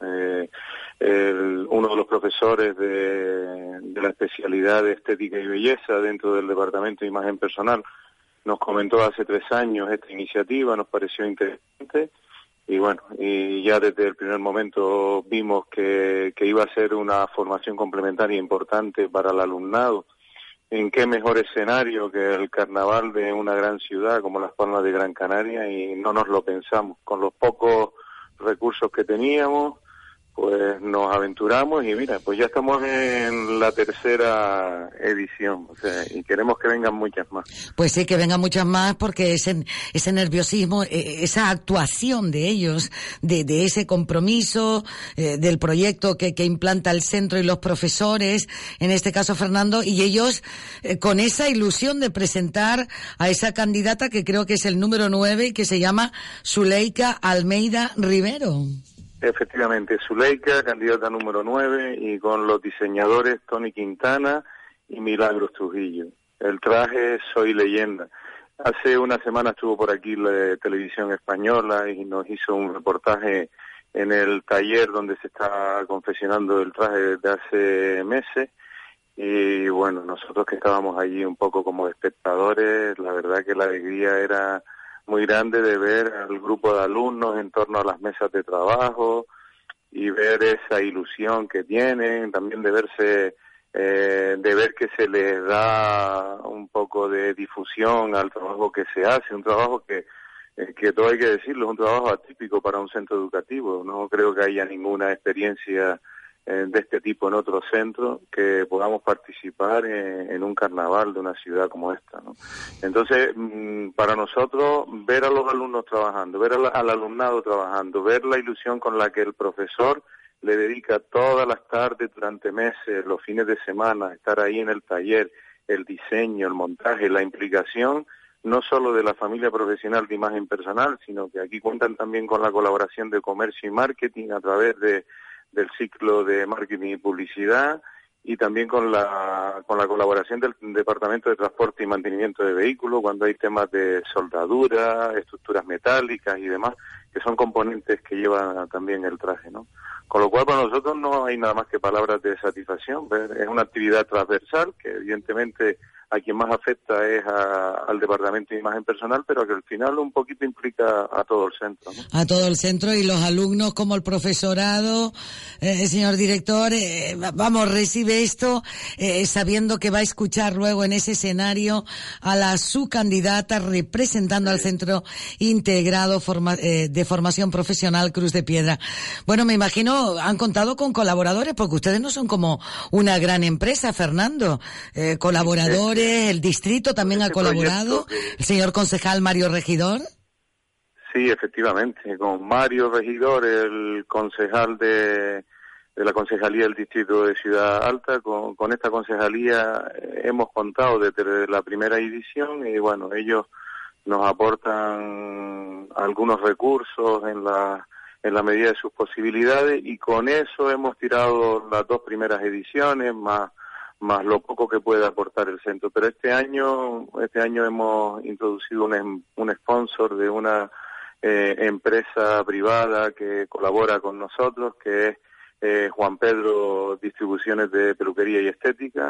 Uno de los profesores de la especialidad de estética y belleza dentro del Departamento de Imagen Personal nos comentó hace 3 años esta iniciativa, nos pareció interesante y bueno, y ya desde el primer momento vimos que iba a ser una formación complementaria importante para el alumnado. ¿En qué mejor escenario que el carnaval de una gran ciudad como Las Palmas de Gran Canaria? Y no nos lo pensamos. Con los pocos recursos que teníamos, pues nos aventuramos y mira, pues ya estamos en la 3ª edición, o sea, y queremos que vengan muchas más. Pues sí, que vengan muchas más porque ese nerviosismo, esa actuación de ellos, de ese compromiso, del proyecto que implanta el centro y los profesores, en este caso Fernando, y ellos con esa ilusión de presentar a esa candidata que creo que es el número 9 y que se llama Zuleika Almeida Rivero. Efectivamente, Zuleika, candidata número 9, y con los diseñadores Tony Quintana y Milagros Trujillo. El traje Soy Leyenda. Hace una semana estuvo por aquí la televisión española y nos hizo un reportaje en el taller donde se está confeccionando el traje desde hace meses. Y bueno, nosotros que estábamos allí un poco como espectadores, la verdad que la alegría era muy grande de ver al grupo de alumnos en torno a las mesas de trabajo y ver esa ilusión que tienen, también de ver que se les da un poco de difusión al trabajo que se hace, un trabajo que todo hay que decirlo, es un trabajo atípico para un centro educativo. No creo que haya ninguna experiencia de este tipo en otro centro que podamos participar en un carnaval de una ciudad como esta, ¿no? Entonces, para nosotros, ver a los alumnos trabajando, ver al alumnado trabajando, ver la ilusión con la que el profesor le dedica todas las tardes durante meses, los fines de semana, estar ahí en el taller, el diseño, el montaje, la implicación, no solo de la familia profesional de imagen personal, sino que aquí cuentan también con la colaboración de comercio y marketing a través del ciclo de marketing y publicidad y también con la colaboración del Departamento de Transporte y Mantenimiento de Vehículos cuando hay temas de soldadura, estructuras metálicas y demás, que son componentes que lleva también el traje, ¿no? Con lo cual para nosotros no hay nada más que palabras de satisfacción. Es una actividad transversal que evidentemente a quien más afecta es al Departamento de Imagen Personal, pero que al final un poquito implica a todo el centro, ¿no? A todo el centro y los alumnos como el profesorado, señor director, recibe esto sabiendo que va a escuchar luego en ese escenario a su candidata representando al Centro Integrado de Formación Profesional Cruz de Piedra. Bueno, me imagino han contado con colaboradores porque ustedes no son como una gran empresa, Fernando. Colaboradores. ¿El distrito también ha colaborado? ¿El señor concejal Mario Regidor? Sí, efectivamente, con Mario Regidor, el concejal de la Concejalía del Distrito de Ciudad Alta. Con esta concejalía hemos contado desde la primera edición y bueno, ellos nos aportan algunos recursos en la medida de sus posibilidades y con eso hemos tirado las 2 primeras ediciones más lo poco que puede aportar el centro. Pero este año hemos introducido un sponsor de una empresa privada que colabora con nosotros, que es Juan Pedro Distribuciones de Peluquería y Estética.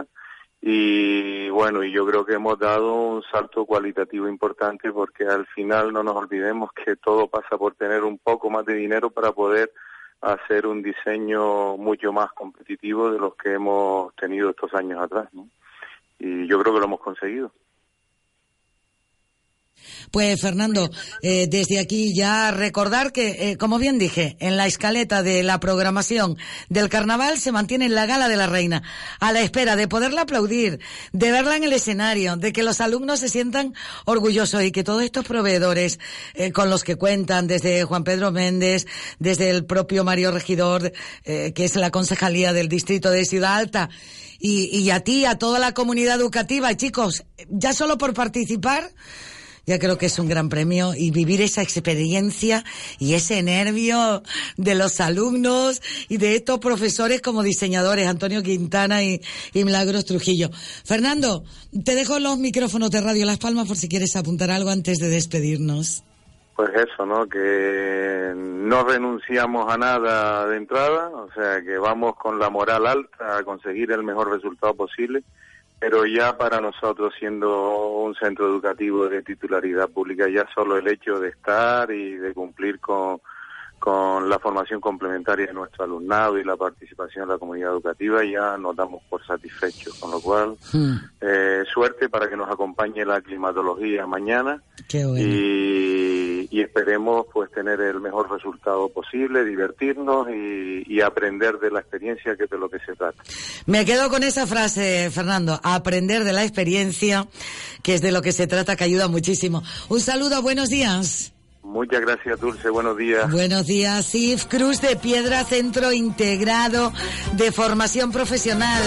Y bueno, y yo creo que hemos dado un salto cualitativo importante porque al final no nos olvidemos que todo pasa por tener un poco más de dinero para poder hacer un diseño mucho más competitivo de los que hemos tenido estos años atrás, ¿no? Y yo creo que lo hemos conseguido. Pues Fernando, desde aquí ya recordar que, como bien dije, en la escaleta de la programación del carnaval se mantiene la Gala de la Reina, a la espera de poderla aplaudir, de verla en el escenario, de que los alumnos se sientan orgullosos y que todos estos proveedores con los que cuentan, desde Juan Pedro Méndez, desde el propio Mario Regidor, que es la concejalía del distrito de Ciudad Alta, y a ti, a toda la comunidad educativa, chicos, ya solo por participar, ya creo que es un gran premio, y vivir esa experiencia y ese nervio de los alumnos y de estos profesores como diseñadores, Antonio Quintana y Milagros Trujillo. Fernando, te dejo los micrófonos de Radio Las Palmas por si quieres apuntar algo antes de despedirnos. Pues eso, ¿no? Que no renunciamos a nada de entrada, o sea, que vamos con la moral alta a conseguir el mejor resultado posible, pero ya para nosotros, siendo un centro educativo de titularidad pública, ya solo el hecho de estar y de cumplir con la formación complementaria de nuestro alumnado y la participación de la comunidad educativa, ya nos damos por satisfechos, con lo cual suerte para que nos acompañe la climatología mañana. Qué bueno. Y esperemos pues tener el mejor resultado posible, divertirnos y aprender de la experiencia, que es de lo que se trata. Me quedo con esa frase, Fernando, aprender de la experiencia, que es de lo que se trata, que ayuda muchísimo. Un saludo, buenos días. Muchas gracias, Dulce. Buenos días. Buenos días, CIF Cruz de Piedra, Centro Integrado de Formación Profesional.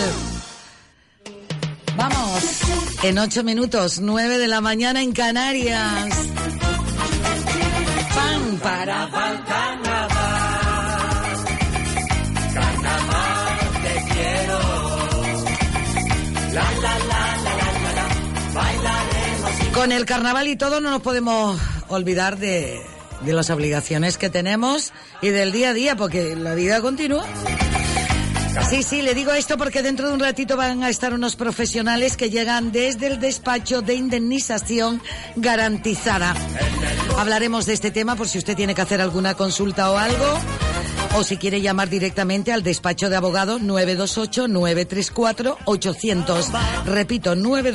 Vamos, en 8 minutos, 9 de la mañana en Canarias. Pan para pan, carnaval. Carnaval, te quiero. La, la, la, la, la, la, la. Bailaremos. Con el carnaval y todo no nos podemos olvidar de las obligaciones que tenemos y del día a día, porque la vida continúa. Sí, le digo esto porque dentro de un ratito van a estar unos profesionales que llegan desde el despacho de indemnización garantizada. Hablaremos de este tema por si usted tiene que hacer alguna consulta o algo, o si quiere llamar directamente al despacho de abogados 928-934-800. Repito,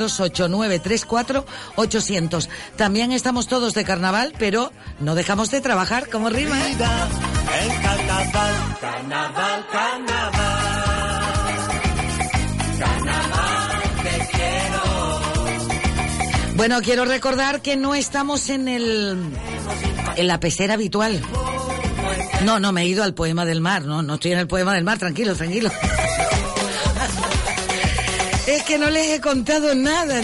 928-934-800. También estamos todos de carnaval, pero no dejamos de trabajar, como rima, ¿eh? El carnaval, carnaval, carnaval. Carnaval, te quiero. Bueno, quiero recordar que no estamos en la pecera habitual. No, me he ido al Poema del Mar, no estoy en el Poema del Mar, tranquilo. Es que no les he contado nada.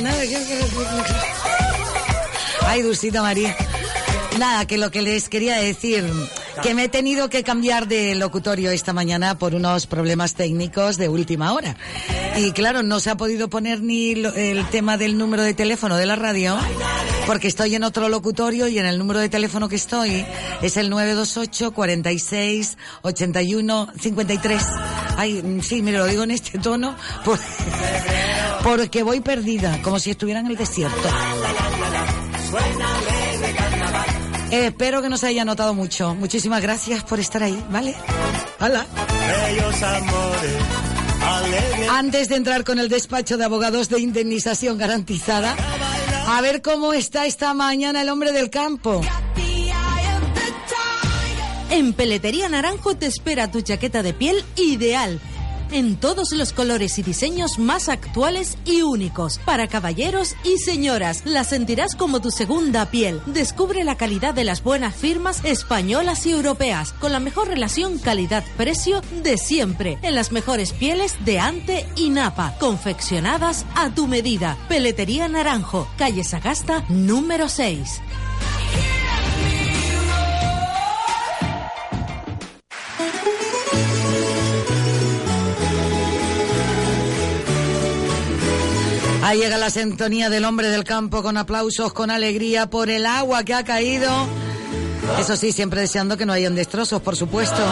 Ay, Dulcita María. Nada, que lo que les quería decir, que me he tenido que cambiar de locutorio esta mañana por unos problemas técnicos de última hora. Y claro, no se ha podido poner ni el tema del número de teléfono de la radio, porque estoy en otro locutorio y en el número de teléfono que estoy es el 928 46 81 53. Ay, sí, mire, lo digo en este tono porque voy perdida, como si estuviera en el desierto. Espero que no se haya notado mucho. Muchísimas gracias por estar ahí, ¿vale? ¡Hala! Antes de entrar con el despacho de abogados de indemnización garantizada, a ver cómo está esta mañana el hombre del campo. En Peletería Naranjo te espera tu chaqueta de piel ideal, en todos los colores y diseños más actuales y únicos. Para caballeros y señoras, la sentirás como tu segunda piel. Descubre la calidad de las buenas firmas españolas y europeas, con la mejor relación calidad-precio de siempre, en las mejores pieles de ante y napa, confeccionadas a tu medida. Peletería Naranjo, calle Sagasta, número 6. Ahí llega la sintonía del hombre del campo, con aplausos, con alegría por el agua que ha caído. Eso sí, siempre deseando que no hayan destrozos, por supuesto.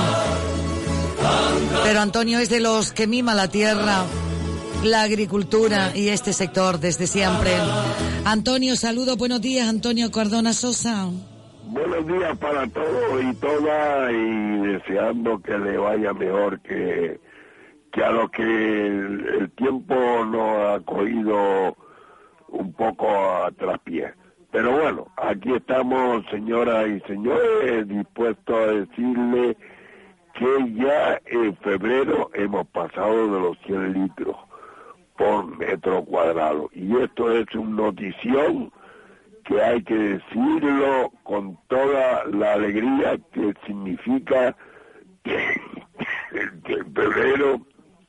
Pero Antonio es de los que mima la tierra, la agricultura y este sector desde siempre. Antonio, saludo, buenos días, Antonio Cardona Sosa. Buenos días para todos y todas, y deseando que le vaya mejor que a lo que el tiempo nos ha cogido un poco a traspié. Pero bueno, aquí estamos, señoras y señores, dispuestos a decirle que ya en febrero hemos pasado de los 100 litros por metro cuadrado. Y esto es una notición que hay que decirlo con toda la alegría que significa que en febrero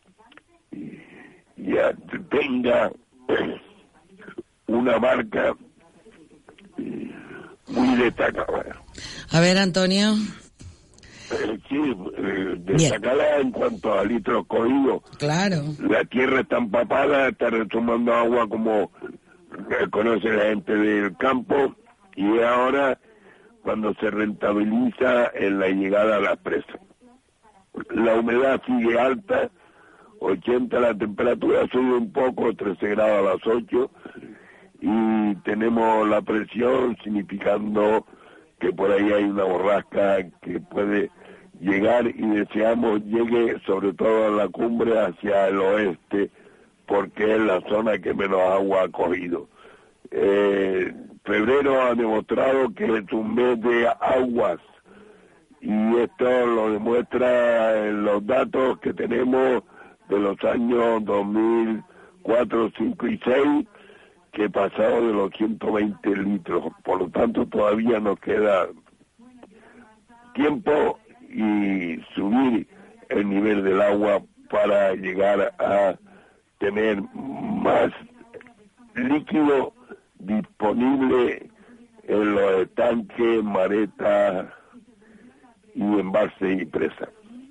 ya tenga una marca muy destacada. A ver, Antonio. Sí, destacada en cuanto a litros cogidos. Claro. La tierra está empapada, está retomando agua como conoce la gente del campo, y ahora cuando se rentabiliza en la llegada a la presa. La humedad sigue alta, 80, la temperatura sube un poco, 13 grados a las 8, y tenemos la presión significando que por ahí hay una borrasca que puede llegar, y deseamos llegue sobre todo a la cumbre hacia el oeste, porque es la zona que menos agua ha cogido. Febrero ha demostrado que es un mes de aguas, y esto lo demuestra en los datos que tenemos de los años 2004, 5 y 6, que he pasado de los 120 litros. Por lo tanto, todavía nos queda tiempo y subir el nivel del agua para llegar a tener más líquido disponible en los estanques, maretas y embalses y presas.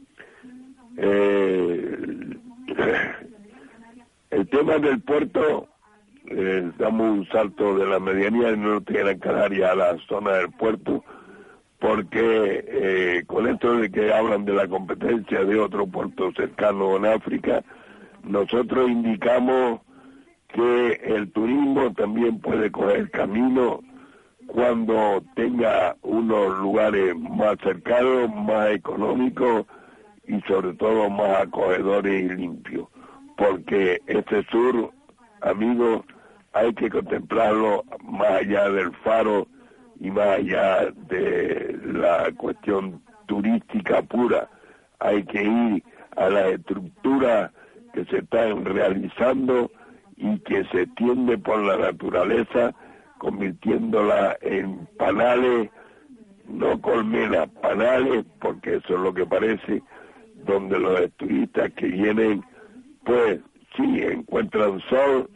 El tema del puerto, damos un salto de la medianía del norte de Gran Canaria a la zona del puerto, porque con esto de que hablan de la competencia de otro puerto cercano en África, nosotros indicamos que el turismo también puede coger camino cuando tenga unos lugares más cercanos, más económicos y sobre todo más acogedores y limpios, porque este sur, amigos, hay que contemplarlo más allá del faro y más allá de la cuestión turística pura. Hay que ir a las estructuras que se están realizando y que se extiende por la naturaleza, convirtiéndola en panales, no colmenas, panales, porque eso es lo que parece, donde los turistas que vienen, pues sí, encuentran sol,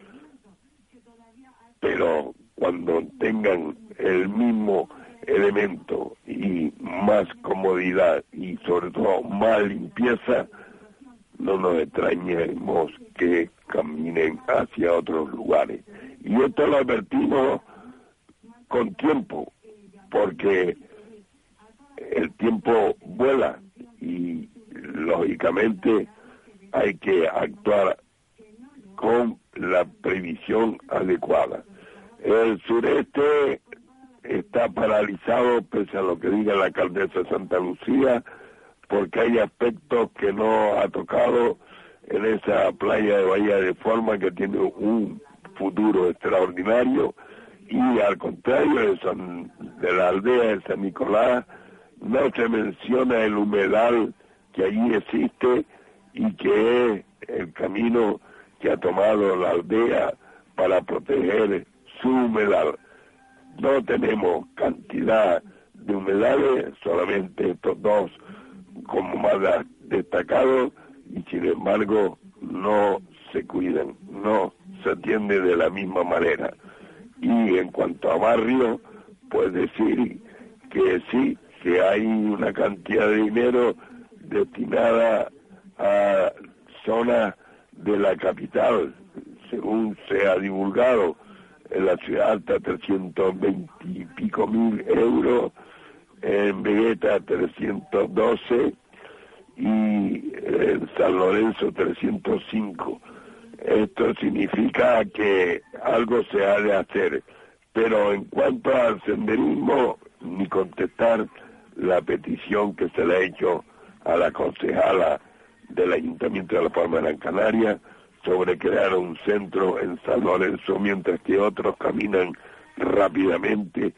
pero cuando tengan el mismo elemento y más comodidad y sobre todo más limpieza, no nos extrañemos que caminen hacia otros lugares. Y esto lo advertimos con tiempo, porque el tiempo vuela y lógicamente hay que actuar con la previsión adecuada. El sureste está paralizado, pese a lo que diga la alcaldesa de Santa Lucía, porque hay aspectos que no ha tocado en esa playa de Bahía de Forma, que tiene un futuro extraordinario, y al contrario de la aldea de San Nicolás no se menciona el humedal que allí existe y que es el camino que ha tomado la aldea para proteger su humedal. No tenemos cantidad de humedales, solamente estos dos como más destacados, y sin embargo no se cuidan, no se atiende de la misma manera. Y en cuanto a barrio, pues decir que sí, que hay una cantidad de dinero destinada a zonas de la capital, según se ha divulgado, en la ciudad alta 320 y pico mil euros, en Vegeta 312 y en San Lorenzo 305. Esto significa que algo se ha de hacer, pero en cuanto al senderismo, ni contestar la petición que se le ha hecho a la concejala del Ayuntamiento de La Palma de Gran Canaria sobre crear un centro en San Lorenzo, mientras que otros caminan rápidamente,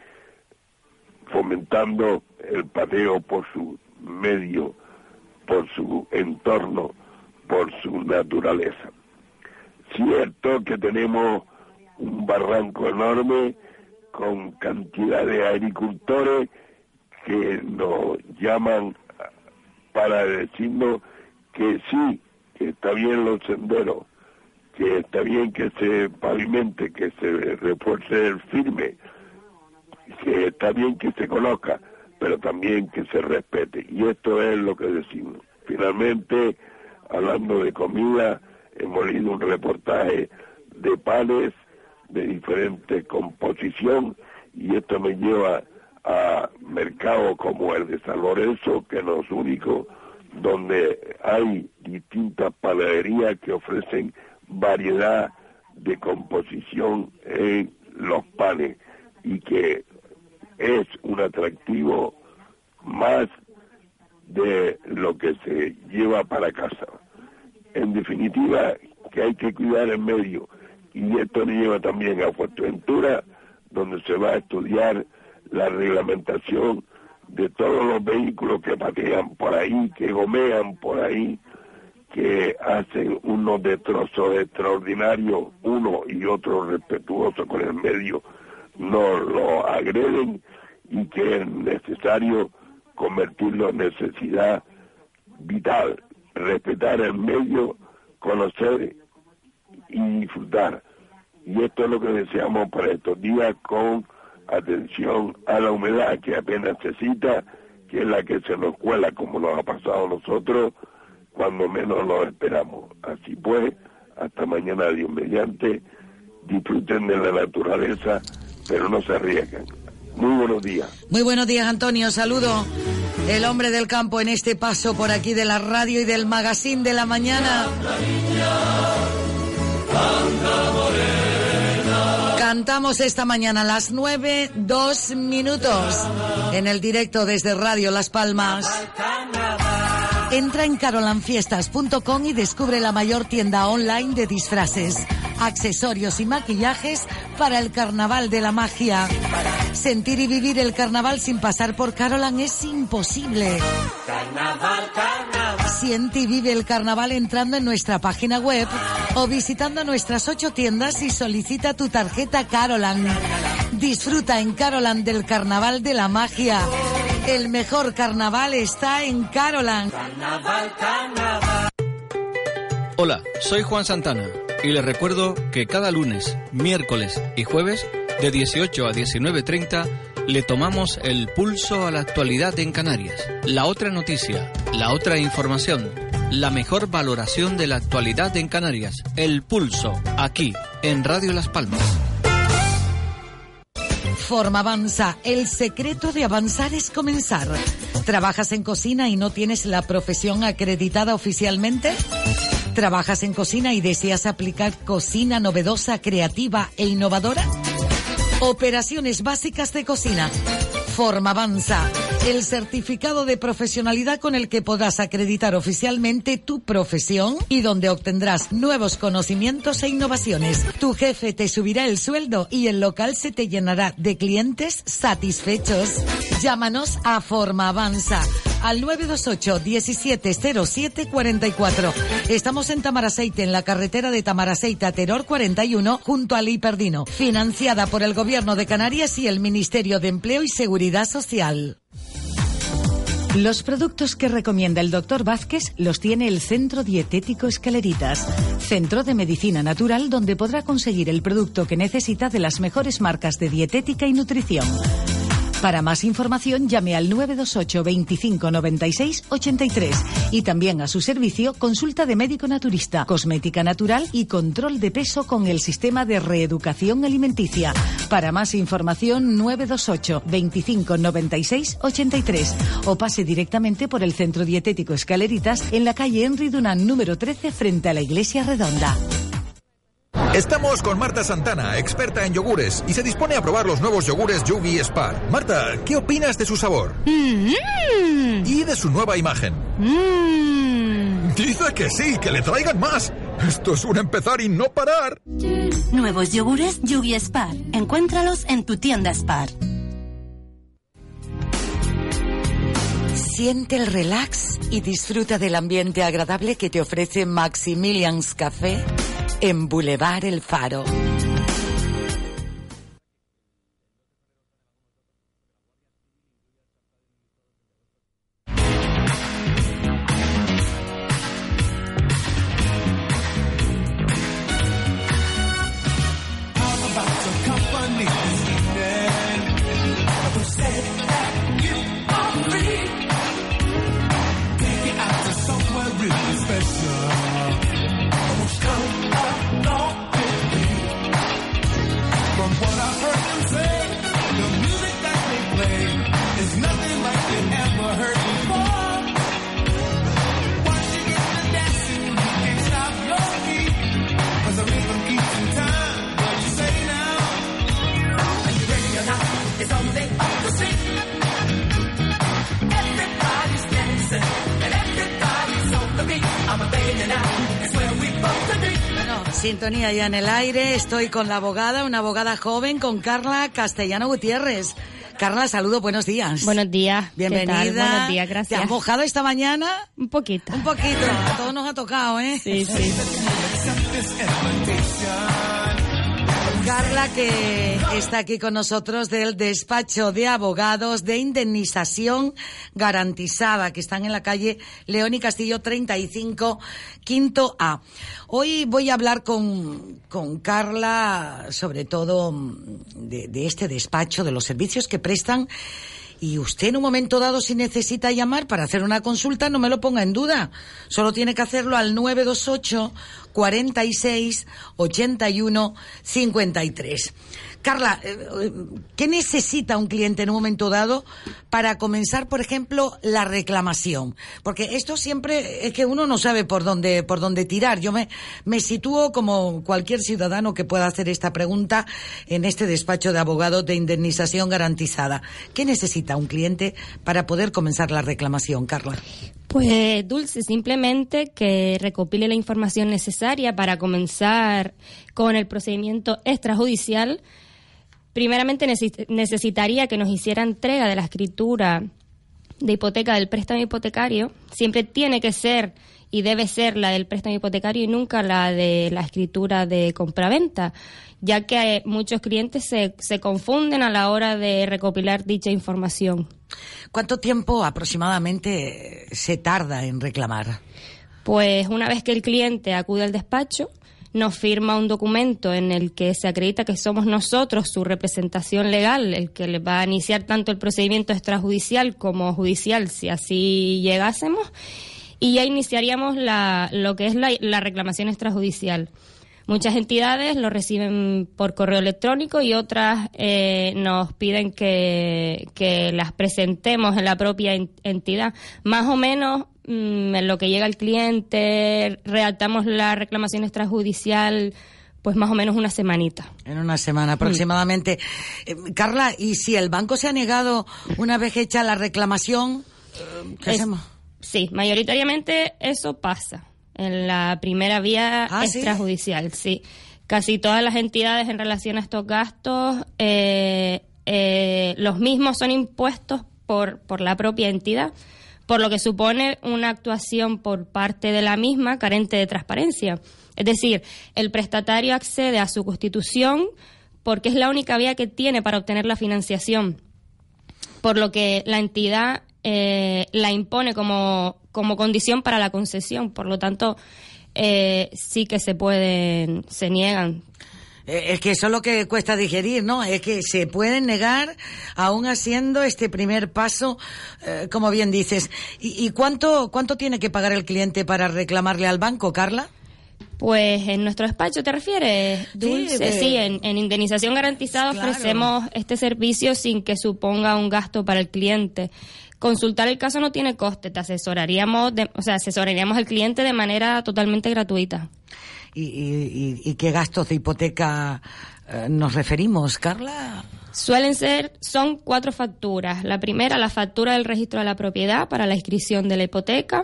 fomentando el paseo por su medio, por su entorno, por su naturaleza. Cierto que tenemos un barranco enorme con cantidad de agricultores que nos llaman para decirnos que sí, que está bien los senderos, que está bien que se pavimente, que se refuerce el firme, que está bien que se conozca, pero también que se respete. Y esto es lo que decimos. Finalmente, hablando de comida, hemos leído un reportaje de panes de diferente composición, y esto me lleva a mercados como el de San Lorenzo, que no es único, donde hay distintas panaderías que ofrecen variedad de composición en los panes, y que es un atractivo más de lo que se lleva para casa. En definitiva, que hay que cuidar el medio, y esto nos lleva también a Fuerteventura, donde se va a estudiar la reglamentación de todos los vehículos que patean por ahí, que gomean por ahí, que hacen unos destrozos extraordinarios, uno y otro respetuoso con el medio, no lo agreden, y que es necesario convertirlo en necesidad vital, respetar el medio, conocer y disfrutar. Y esto es lo que deseamos para estos días, con atención a la humedad que apenas se cita, que es la que se nos cuela, como nos ha pasado a nosotros, cuando menos lo esperamos. Así pues, hasta mañana, Dios mediante, disfruten de la naturaleza, pero no se arriesguen. Muy buenos días. Muy buenos días, Antonio. Saludo. El hombre del campo en este paso por aquí de la radio y del magazine de la mañana. Cantamos esta mañana a las 9:02 en el directo desde Radio Las Palmas. Entra en carolanfiestas.com y descubre la mayor tienda online de disfraces, accesorios y maquillajes para el Carnaval de la Magia. Sentir y vivir el carnaval sin pasar por Carolan es imposible. Carnaval, carnaval. Siente y vive el carnaval entrando en nuestra página web o visitando nuestras 8 tiendas y solicita tu tarjeta Carolan. Disfruta en Carolan del Carnaval de la Magia. El mejor carnaval está en Carolan. Carnaval, carnaval. Hola, soy Juan Santana y les recuerdo que cada lunes, miércoles y jueves de 18 a 19:30 le tomamos el pulso a la actualidad en Canarias. La otra noticia, la otra información, la mejor valoración de la actualidad en Canarias. El pulso, aquí, en Radio Las Palmas. Formavanza, el secreto de avanzar es comenzar. ¿Trabajas en cocina y no tienes la profesión acreditada oficialmente? ¿Trabajas en cocina y deseas aplicar cocina novedosa, creativa e innovadora? Operaciones básicas de cocina. Formavanza, el certificado de profesionalidad con el que podrás acreditar oficialmente tu profesión y donde obtendrás nuevos conocimientos e innovaciones. Tu jefe te subirá el sueldo y el local se te llenará de clientes satisfechos. Llámanos a Formavanza al 928 1707 44. Estamos en Tamaraceite, en la carretera de Tamaraceite a Teror 41, junto al Hiperdino. Financiada por el Gobierno de Canarias y el Ministerio de Empleo y Seguridad Social. Los productos que recomienda el Dr. Vázquez los tiene el Centro Dietético Escaleritas, centro de medicina natural donde podrá conseguir el producto que necesita de las mejores marcas de dietética y nutrición. Para más información llame al 928 25 96 83 y también a su servicio consulta de médico naturista, cosmética natural y control de peso con el sistema de reeducación alimenticia. Para más información 928 25 96 83 o pase directamente por el Centro Dietético Escaleritas en la calle Henry Dunant número 13 frente a la Iglesia Redonda. Estamos con Marta Santana, experta en yogures, y se dispone a probar los nuevos yogures Yogi Spar. Marta, ¿qué opinas de su sabor? Y de su nueva imagen. Dice que sí, que le traigan más. Esto es un empezar y no parar. Nuevos yogures Yugi Spar. Encuéntralos en tu tienda Spar. Siente el relax y disfruta del ambiente agradable que te ofrece Maximilian's Café en Boulevard El Faro. Sintonía ya en el aire, estoy con la abogada, una abogada joven, con Carla Castellano Gutiérrez. Carla, saludo, buenos días. Buenos días. Bienvenida. ¿Qué tal? Buenos días, gracias. ¿Te has mojado esta mañana? Un poquito. Un poquito, a todos nos ha tocado, ¿eh? Sí, sí. Carla, que está aquí con nosotros del despacho de abogados de indemnización garantizada, que están en la calle León y Castillo 35, quinto A. Hoy voy a hablar con Carla sobre todo de este despacho, de los servicios que prestan. Y usted en un momento dado, si necesita llamar para hacer una consulta, no me lo ponga en duda. Solo tiene que hacerlo al 928 46 81 53. Carla, ¿qué necesita un cliente en un momento dado para comenzar, por ejemplo, la reclamación? Porque esto siempre es que uno no sabe por dónde tirar. Yo me sitúo como cualquier ciudadano que pueda hacer esta pregunta en este despacho de abogados de indemnización garantizada. ¿Qué necesita un cliente para poder comenzar la reclamación, Carla? Pues, Dulce, simplemente que recopile la información necesaria para comenzar con el procedimiento extrajudicial. Primeramente necesitaría que nos hiciera entrega de la escritura de hipoteca del préstamo hipotecario. Siempre tiene que ser y debe ser la del préstamo hipotecario y nunca la de la escritura de compraventa, ya que muchos clientes se confunden a la hora de recopilar dicha información. ¿Cuánto tiempo aproximadamente se tarda en reclamar? Pues una vez que el cliente acude al despacho, nos firma un documento en el que se acredita que somos nosotros su representación legal, el que le va a iniciar tanto el procedimiento extrajudicial como judicial, si así llegásemos, y ya iniciaríamos lo que es la reclamación extrajudicial. Muchas entidades lo reciben por correo electrónico y otras nos piden que las presentemos en la propia entidad. Más o menos, en lo que llega el cliente, redactamos la reclamación extrajudicial, pues más o menos una semanita. En una semana aproximadamente. Carla, ¿y si el banco se ha negado una vez hecha la reclamación, qué hacemos? Sí, mayoritariamente eso pasa en la primera vía extrajudicial, ¿sí? Casi todas las entidades en relación a estos gastos, los mismos son impuestos por la propia entidad, por lo que supone una actuación por parte de la misma carente de transparencia. Es decir, el prestatario accede a su constitución porque es la única vía que tiene para obtener la financiación, por lo que la entidad la impone como condición para la concesión. Por lo tanto, sí que se niegan. Es que eso es lo que cuesta digerir, ¿no? Es que se pueden negar aún haciendo este primer paso, como bien dices. ¿Y cuánto tiene que pagar el cliente para reclamarle al banco, Carla? Pues en nuestro despacho, ¿te refieres, Dulce? Sí, en indemnización garantizada ofrecemos este servicio sin que suponga un gasto para el cliente. Consultar el caso no tiene coste, te asesoraríamos al cliente de manera totalmente gratuita. ¿Y qué gastos de hipoteca nos referimos, Carla? Son 4 facturas. La primera, la factura del registro de la propiedad para la inscripción de la hipoteca.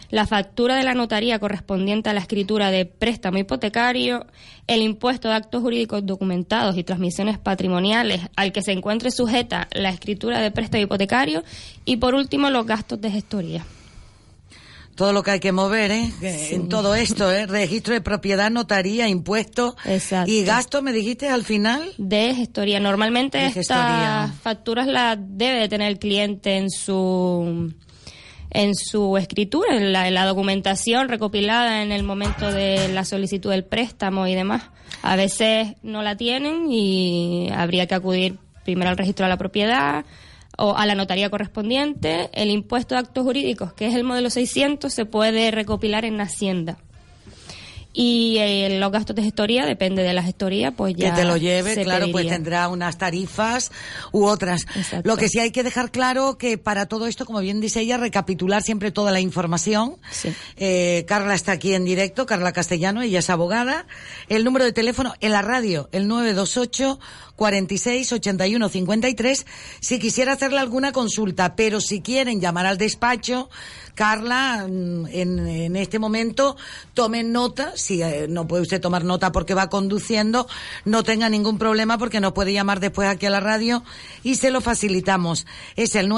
la factura de la notaría correspondiente a la escritura de préstamo hipotecario, el impuesto de actos jurídicos documentados y transmisiones patrimoniales al que se encuentre sujeta la escritura de préstamo hipotecario y, por último, los gastos de gestoría. Todo lo que hay que mover, sí. En todo esto, registro de propiedad, notaría, impuestos. Exacto. Y gasto, me dijiste al final. De gestoría. Normalmente estas facturas las debe de tener el cliente en su escritura, en la documentación recopilada en el momento de la solicitud del préstamo y demás. A veces no la tienen y habría que acudir primero al registro de la propiedad o a la notaría correspondiente. El impuesto de actos jurídicos, que es el modelo 600, se puede recopilar en Hacienda. Y los gastos de gestoría, depende de la gestoría, pues ya que te lo lleve, claro, pediría. pues tendrá unas tarifas u otras. Exacto. Lo que sí hay que dejar claro que para todo esto, como bien dice ella, recapitular siempre toda la información. Sí. Carla está aquí en directo, Carla Castellano, ella es abogada. El número de teléfono en la radio, el 928 46 81 53, si quisiera hacerle alguna consulta, pero si quieren llamar al despacho, Carla, en este momento, tomen nota. Si no puede usted tomar nota porque va conduciendo, no tenga ningún problema porque nos puede llamar después aquí a la radio y se lo facilitamos. Es el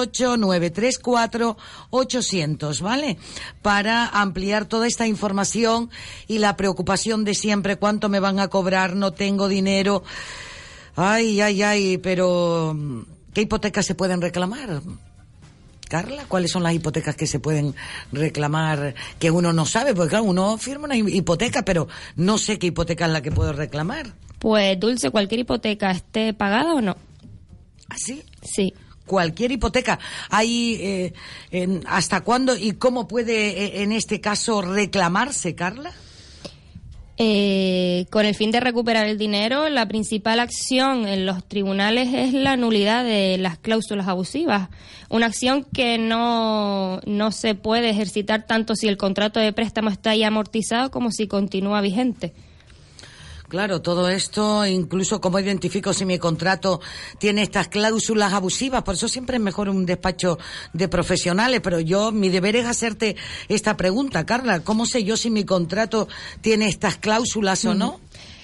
928-934-800, ¿vale? Para ampliar toda esta información y la preocupación de siempre, ¿cuánto me van a cobrar? No tengo dinero. Ay, pero ¿qué hipotecas se pueden reclamar? Carla, ¿cuáles son las hipotecas que se pueden reclamar que uno no sabe? Porque claro, uno firma una hipoteca, pero no sé qué hipoteca es la que puedo reclamar. Pues, Dulce, cualquier hipoteca, esté pagada o no. ¿Ah, sí? Sí. Cualquier hipoteca. ¿Hay hasta cuándo y cómo puede en este caso reclamarse, Carla? Con el fin de recuperar el dinero, la principal acción en los tribunales es la nulidad de las cláusulas abusivas. Una acción que no se puede ejercitar tanto si el contrato de préstamo está ya amortizado como si continúa vigente. Claro, todo esto, incluso cómo identifico si mi contrato tiene estas cláusulas abusivas, por eso siempre es mejor un despacho de profesionales, pero mi deber es hacerte esta pregunta, Carla, ¿cómo sé yo si mi contrato tiene estas cláusulas o no?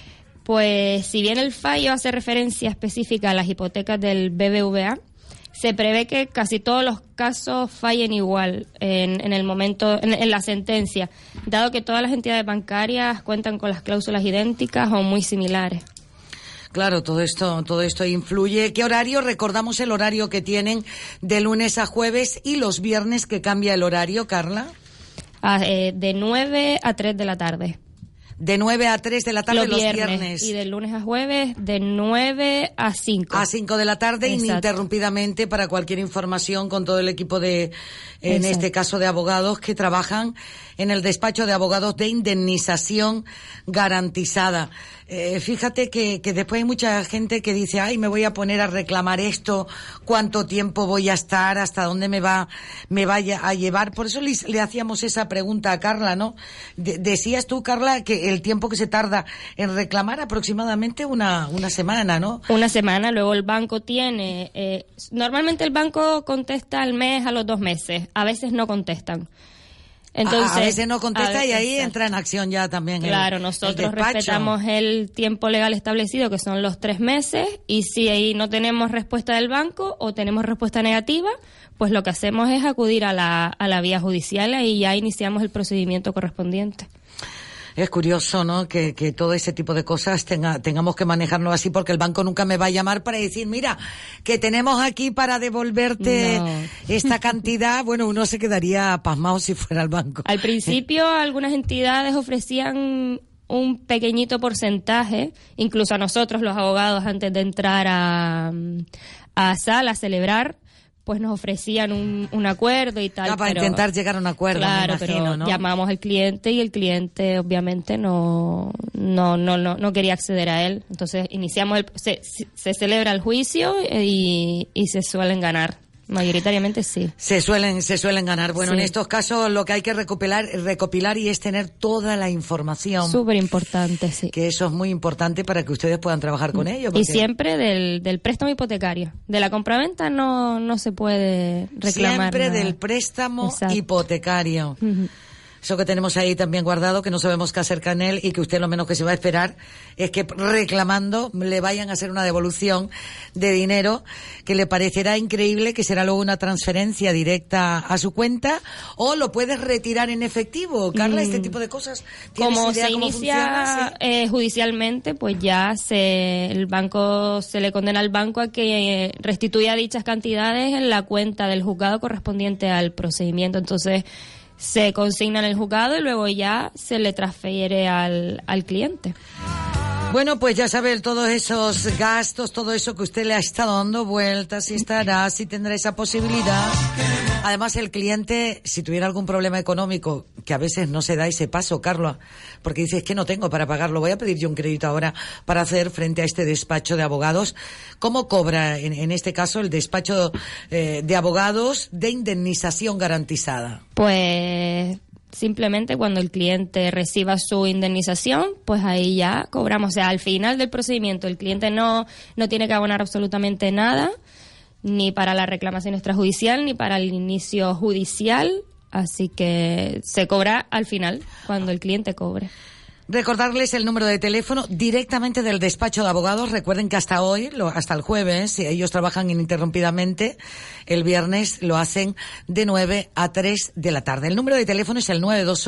Pues si bien el fallo hace referencia específica a las hipotecas del BBVA, se prevé que casi todos los casos fallen igual en el momento, en la sentencia, dado que todas las entidades bancarias cuentan con las cláusulas idénticas o muy similares. Claro, todo esto influye. ¿Qué horario? Recordamos el horario que tienen de lunes a jueves y los viernes que cambia el horario, Carla. De 9 a 3 de la tarde. De 9 a 3 de la tarde los viernes. Y de lunes a jueves de 9 a 5. A 5 de la tarde. Exacto. Ininterrumpidamente para cualquier información con todo el equipo en este caso de abogados que trabajan en el despacho de abogados de indemnización garantizada. Fíjate que después hay mucha gente que dice, ay, me voy a poner a reclamar esto, cuánto tiempo voy a estar, hasta dónde me vaya a llevar. Por eso le hacíamos esa pregunta a Carla, ¿no? Decías tú, Carla, que el tiempo que se tarda en reclamar aproximadamente una semana, ¿no? Una semana, luego el banco tiene, normalmente el banco contesta al mes, a los 2 meses, a veces no contestan. Entonces, a veces no contesta y ahí entra en acción ya también. Claro, nosotros respetamos el tiempo legal establecido, que son los 3 meses, y si ahí no tenemos respuesta del banco o tenemos respuesta negativa, pues lo que hacemos es acudir a la vía judicial y ya iniciamos el procedimiento correspondiente. Es curioso, ¿no? Que todo ese tipo de cosas tengamos que manejarlo así, porque el banco nunca me va a llamar para decir, mira, que tenemos aquí para devolverte esta cantidad. Bueno, uno se quedaría pasmado si fuera el banco. Al principio algunas entidades ofrecían un pequeñito porcentaje, incluso a nosotros los abogados antes de entrar a sala a celebrar, pues nos ofrecían un acuerdo y tal. Para intentar llegar a un acuerdo, claro, me imagino, pero ¿no? Llamamos al cliente y el cliente obviamente no quería acceder a él. Entonces iniciamos se celebra el juicio y se suelen ganar. mayoritariamente sí. Se suelen ganar. Bueno, Sí. en estos casos lo que hay que recopilar y es tener toda la información. Súper importante, sí. Que eso es muy importante para que ustedes puedan trabajar con ello. Y siempre del préstamo hipotecario. De la compraventa no se puede reclamar Siempre nada. del préstamo Exacto. hipotecario. Ujú. Eso que tenemos ahí también guardado, que no sabemos qué hacer con él y que usted lo menos que se va a esperar es que reclamando le vayan a hacer una devolución de dinero que le parecerá increíble, que será luego una transferencia directa a su cuenta, o lo puedes retirar en efectivo. Carla, este tipo de cosas. ¿Tienes Como idea se cómo inicia funciona? judicialmente, pues ya el banco se le condena al banco a que restituya dichas cantidades en la cuenta del juzgado correspondiente al procedimiento. Entonces se consigna en el juzgado y luego ya se le transfiere al cliente. Bueno, pues ya sabe, todos esos gastos, todo eso que usted le ha estado dando vueltas, si estará, si tendrá esa posibilidad. Además, el cliente, si tuviera algún problema económico, que a veces no se da ese paso, Carlos, porque dice, es que no tengo para pagarlo, voy a pedir yo un crédito ahora para hacer frente a este despacho de abogados. ¿Cómo cobra, en este caso, el despacho de abogados de indemnización garantizada? Pues simplemente cuando el cliente reciba su indemnización, pues ahí ya cobramos. O sea, al final del procedimiento el cliente no tiene que abonar absolutamente nada, ni para la reclamación extrajudicial, ni para el inicio judicial. Así que se cobra al final, cuando el cliente cobre. Recordarles el número de teléfono directamente del despacho de abogados. Recuerden que hasta hoy, hasta el jueves, ellos trabajan ininterrumpidamente. El viernes lo hacen de 9 a 3 de la tarde. El número de teléfono es el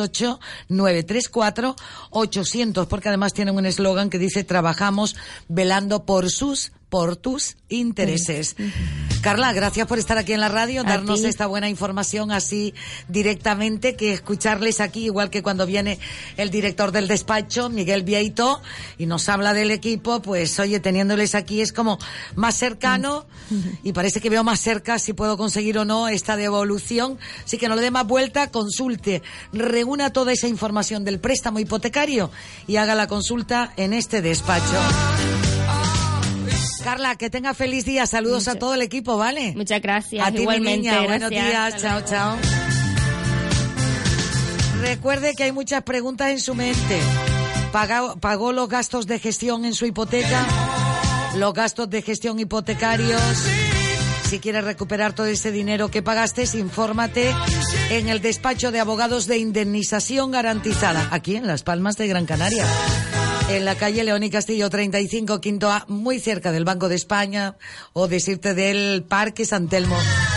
928-934-800, porque además tienen un eslogan que dice: trabajamos velando por tus intereses. Carla, gracias por estar aquí en la radio, darnos esta buena información así directamente, que escucharles aquí, igual que cuando viene el director del despacho, Miguel Vieito, y nos habla del equipo, pues oye, teniéndoles aquí es como más cercano, y parece que veo más cerca si puedo conseguir o no esta devolución. Así que no le dé más vuelta, consulte, reúna toda esa información del préstamo hipotecario y haga la consulta en este despacho. Carla, que tenga feliz día. Saludos a todo el equipo, ¿vale? Muchas gracias. A ti, igualmente. mi niña. Buenos Gracias. días. Chao, chao. Recuerde que hay muchas preguntas en su mente. ¿Pagó los gastos de gestión en su hipoteca? ¿Los gastos de gestión hipotecarios? Si quieres recuperar todo ese dinero que pagaste, infórmate en el despacho de abogados de indemnización garantizada, aquí en Las Palmas de Gran Canaria. En la calle León y Castillo 35, quinto A, muy cerca del Banco de España, o decirte del Parque San Telmo.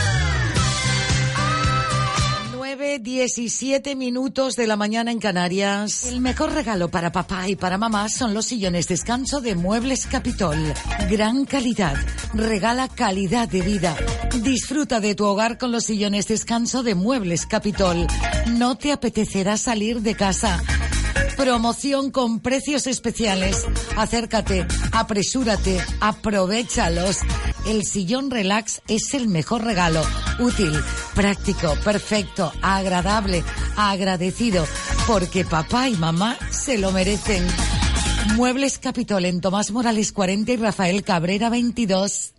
9:17 minutos de la mañana en Canarias. El mejor regalo para papá y para mamá son los sillones descanso de Muebles Capitol. Gran calidad. Regala calidad de vida. Disfruta de tu hogar con los sillones descanso de Muebles Capitol. No te apetecerá salir de casa. Promoción con precios especiales. Acércate, apresúrate, aprovéchalos. El sillón relax es el mejor regalo. Útil, práctico, perfecto, agradable, agradecido. Porque papá y mamá se lo merecen. Muebles Capitol en Tomás Morales 40 y Rafael Cabrera 22.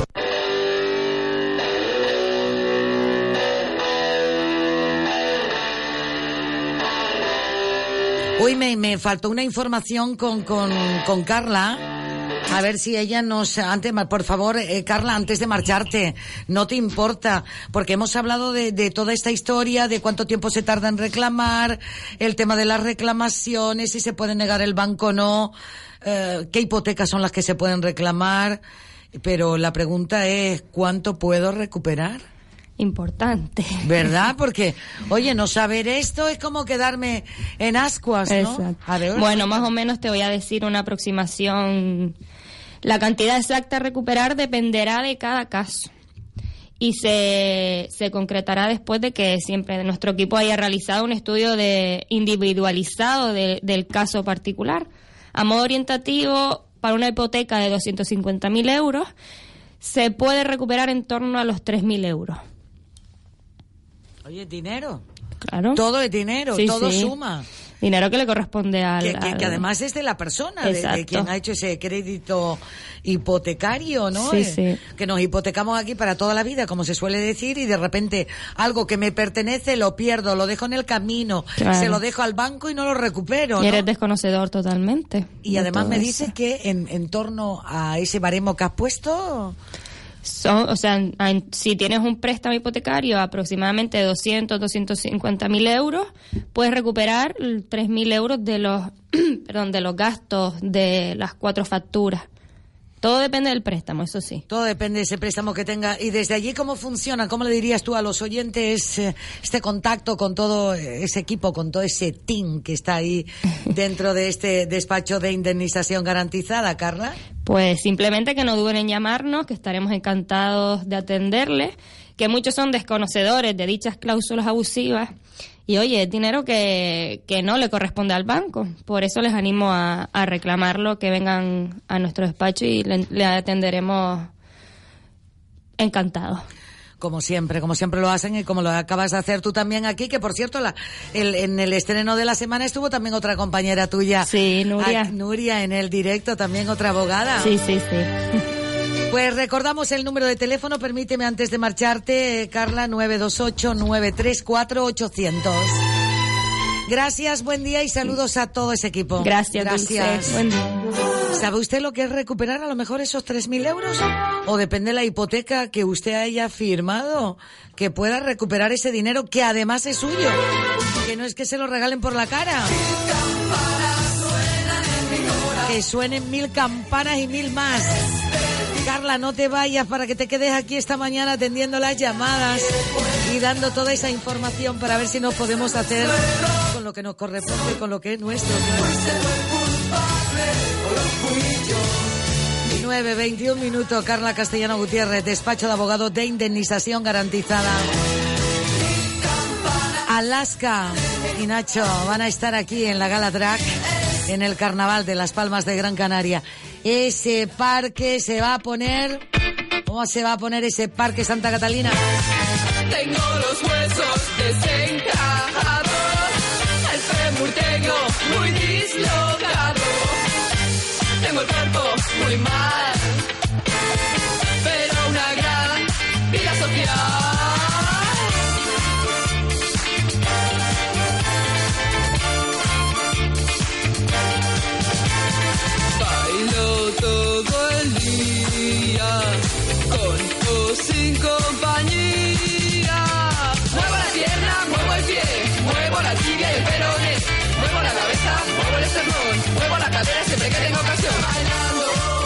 Uy, me faltó una información con Carla. A ver si ella nos... por favor, Carla, antes de marcharte, no te importa, porque hemos hablado de toda esta historia, de cuánto tiempo se tarda en reclamar, el tema de las reclamaciones, si se puede negar el banco o no, qué hipotecas son las que se pueden reclamar, pero la pregunta es, ¿cuánto puedo recuperar? Importante. ¿Verdad? Porque, oye, no saber esto es como quedarme en ascuas, ¿no? Exacto. A ver, bueno, más o menos te voy a decir una aproximación. La cantidad exacta a recuperar dependerá de cada caso y se concretará después de que siempre nuestro equipo haya realizado un estudio individualizado del caso particular. A modo orientativo, para una hipoteca de 250.000 euros, se puede recuperar en torno a los 3.000 euros. Oye, dinero. Claro. Todo es dinero, Sí, todo sí. suma. dinero que le corresponde al... Que además es de la persona, de quien ha hecho ese crédito hipotecario, ¿no? Sí, sí. Que nos hipotecamos aquí para toda la vida, como se suele decir, y de repente algo que me pertenece lo pierdo, lo dejo en el camino, Claro. se lo dejo al banco y no lo recupero, Y ¿no? eres desconocedor totalmente. Y de además todo me eso. dice que en torno a ese baremo que has puesto... Si tienes un préstamo hipotecario aproximadamente de 250.000 euros, puedes recuperar 3.000 euros de los gastos de las 4 facturas. Todo depende del préstamo, eso sí. Todo depende de ese préstamo que tenga. Y desde allí, ¿cómo funciona? ¿Cómo le dirías tú a los oyentes este contacto con todo ese equipo, con todo ese team que está ahí dentro de este despacho de indemnización garantizada, Carla? Pues simplemente que no duden en llamarnos, que estaremos encantados de atenderles, que muchos son desconocedores de dichas cláusulas abusivas. Y oye, es dinero que no le corresponde al banco. Por eso les animo a reclamarlo, que vengan a nuestro despacho y le atenderemos encantados. Como siempre lo hacen y como lo acabas de hacer tú también aquí, que por cierto, en el estreno de la semana estuvo también otra compañera tuya. Sí, Nuria. Nuria en el directo, también otra abogada. Sí. Pues recordamos el número de teléfono, permíteme antes de marcharte, Carla, 928-934-800. Gracias, buen día y saludos a todo ese equipo. Gracias. Dulce. Buen día. ¿Sabe usted lo que es recuperar a lo mejor esos 3.000 euros? ¿O depende de la hipoteca que usted haya firmado, que pueda recuperar ese dinero que además es suyo? Que no es que se lo regalen por la cara. Que suenen 1000 campanas y 1000 más. Carla, no te vayas para que te quedes aquí esta mañana atendiendo las llamadas y dando toda esa información para ver si nos podemos hacer con lo que nos corresponde, con lo que es nuestro. 9:21, Carla Castellano Gutiérrez, despacho de abogados de indemnización garantizada. Alaska y Nacho van a estar aquí en la Gala Drag, en el Carnaval de Las Palmas de Gran Canaria. Ese parque se va a poner... ¿Cómo se va a poner ese parque, Santa Catalina? Tengo los huesos desencajados, el fémur tengo muy dislocado, tengo el cuerpo muy mal, pero una gran vida social. Bailo todo el día, con o sin compañía. Muevo la pierna, muevo el pie, muevo la tibia y el peroné, muevo la cabeza, muevo el esternón, muevo la cadera siempre que tengo ocasión. Bailando.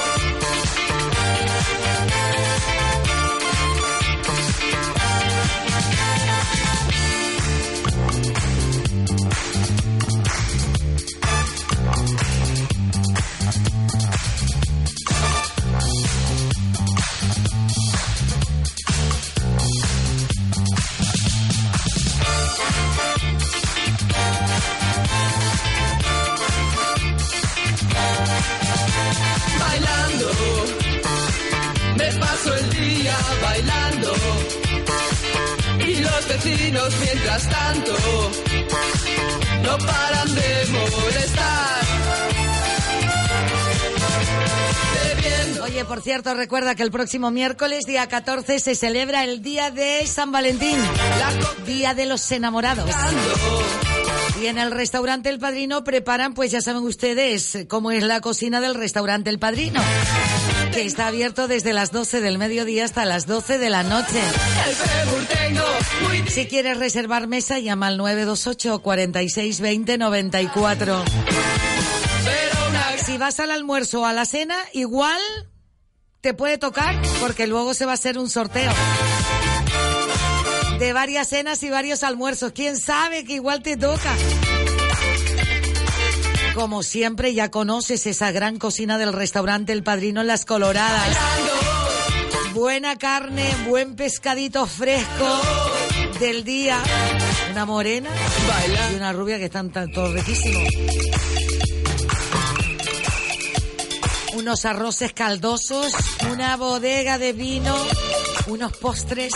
Bailando, me paso el día bailando y los vecinos mientras tanto no paran de molestar. Oye, por cierto, recuerda que el próximo miércoles, día 14, se celebra el Día de San Valentín, Día de los Enamorados. Y en el restaurante El Padrino preparan, pues ya saben ustedes cómo es la cocina del restaurante El Padrino, que está abierto desde las 12 del mediodía hasta las 12 de la noche. Si quieres reservar mesa, llama al 928 46 20 94. Si vas al almuerzo o a la cena, igual te puede tocar, porque luego se va a hacer un sorteo de varias cenas y varios almuerzos. ¿Quién sabe que igual te toca? Como siempre, ya conoces esa gran cocina del restaurante El Padrino en Las Coloradas. Buena carne, buen pescadito fresco del día. Una morena y una rubia que están todos riquísimos. Unos arroces caldosos, una bodega de vino, unos postres.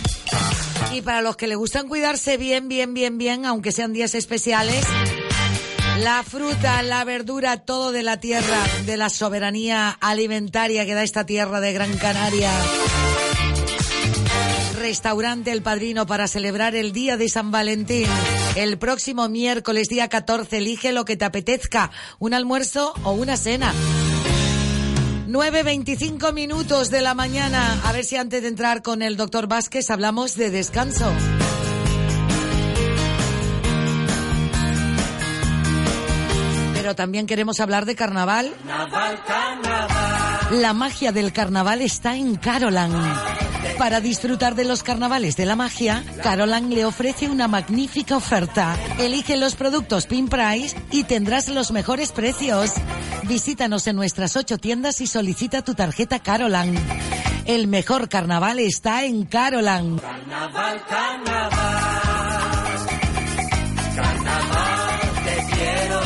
Y para los que les gustan cuidarse bien, aunque sean días especiales, La fruta, la verdura, todo de la tierra, de la soberanía alimentaria que da esta tierra de Gran Canaria. Restaurante El Padrino para celebrar el día de San Valentín. El próximo miércoles, día 14, elige lo que te apetezca, un almuerzo o una cena. 9:25 minutos de la mañana. A ver si antes de entrar con el doctor Vázquez hablamos de descanso. Pero también queremos hablar de carnaval. La magia del carnaval está en Carolan. Para disfrutar de los carnavales de la magia, Carolan le ofrece una magnífica oferta. Elige los productos Pin Price y tendrás los mejores precios. Visítanos en nuestras 8 tiendas y solicita tu tarjeta Carolan. El mejor carnaval está en Carolan. Carnaval, carnaval, carnaval, te quiero.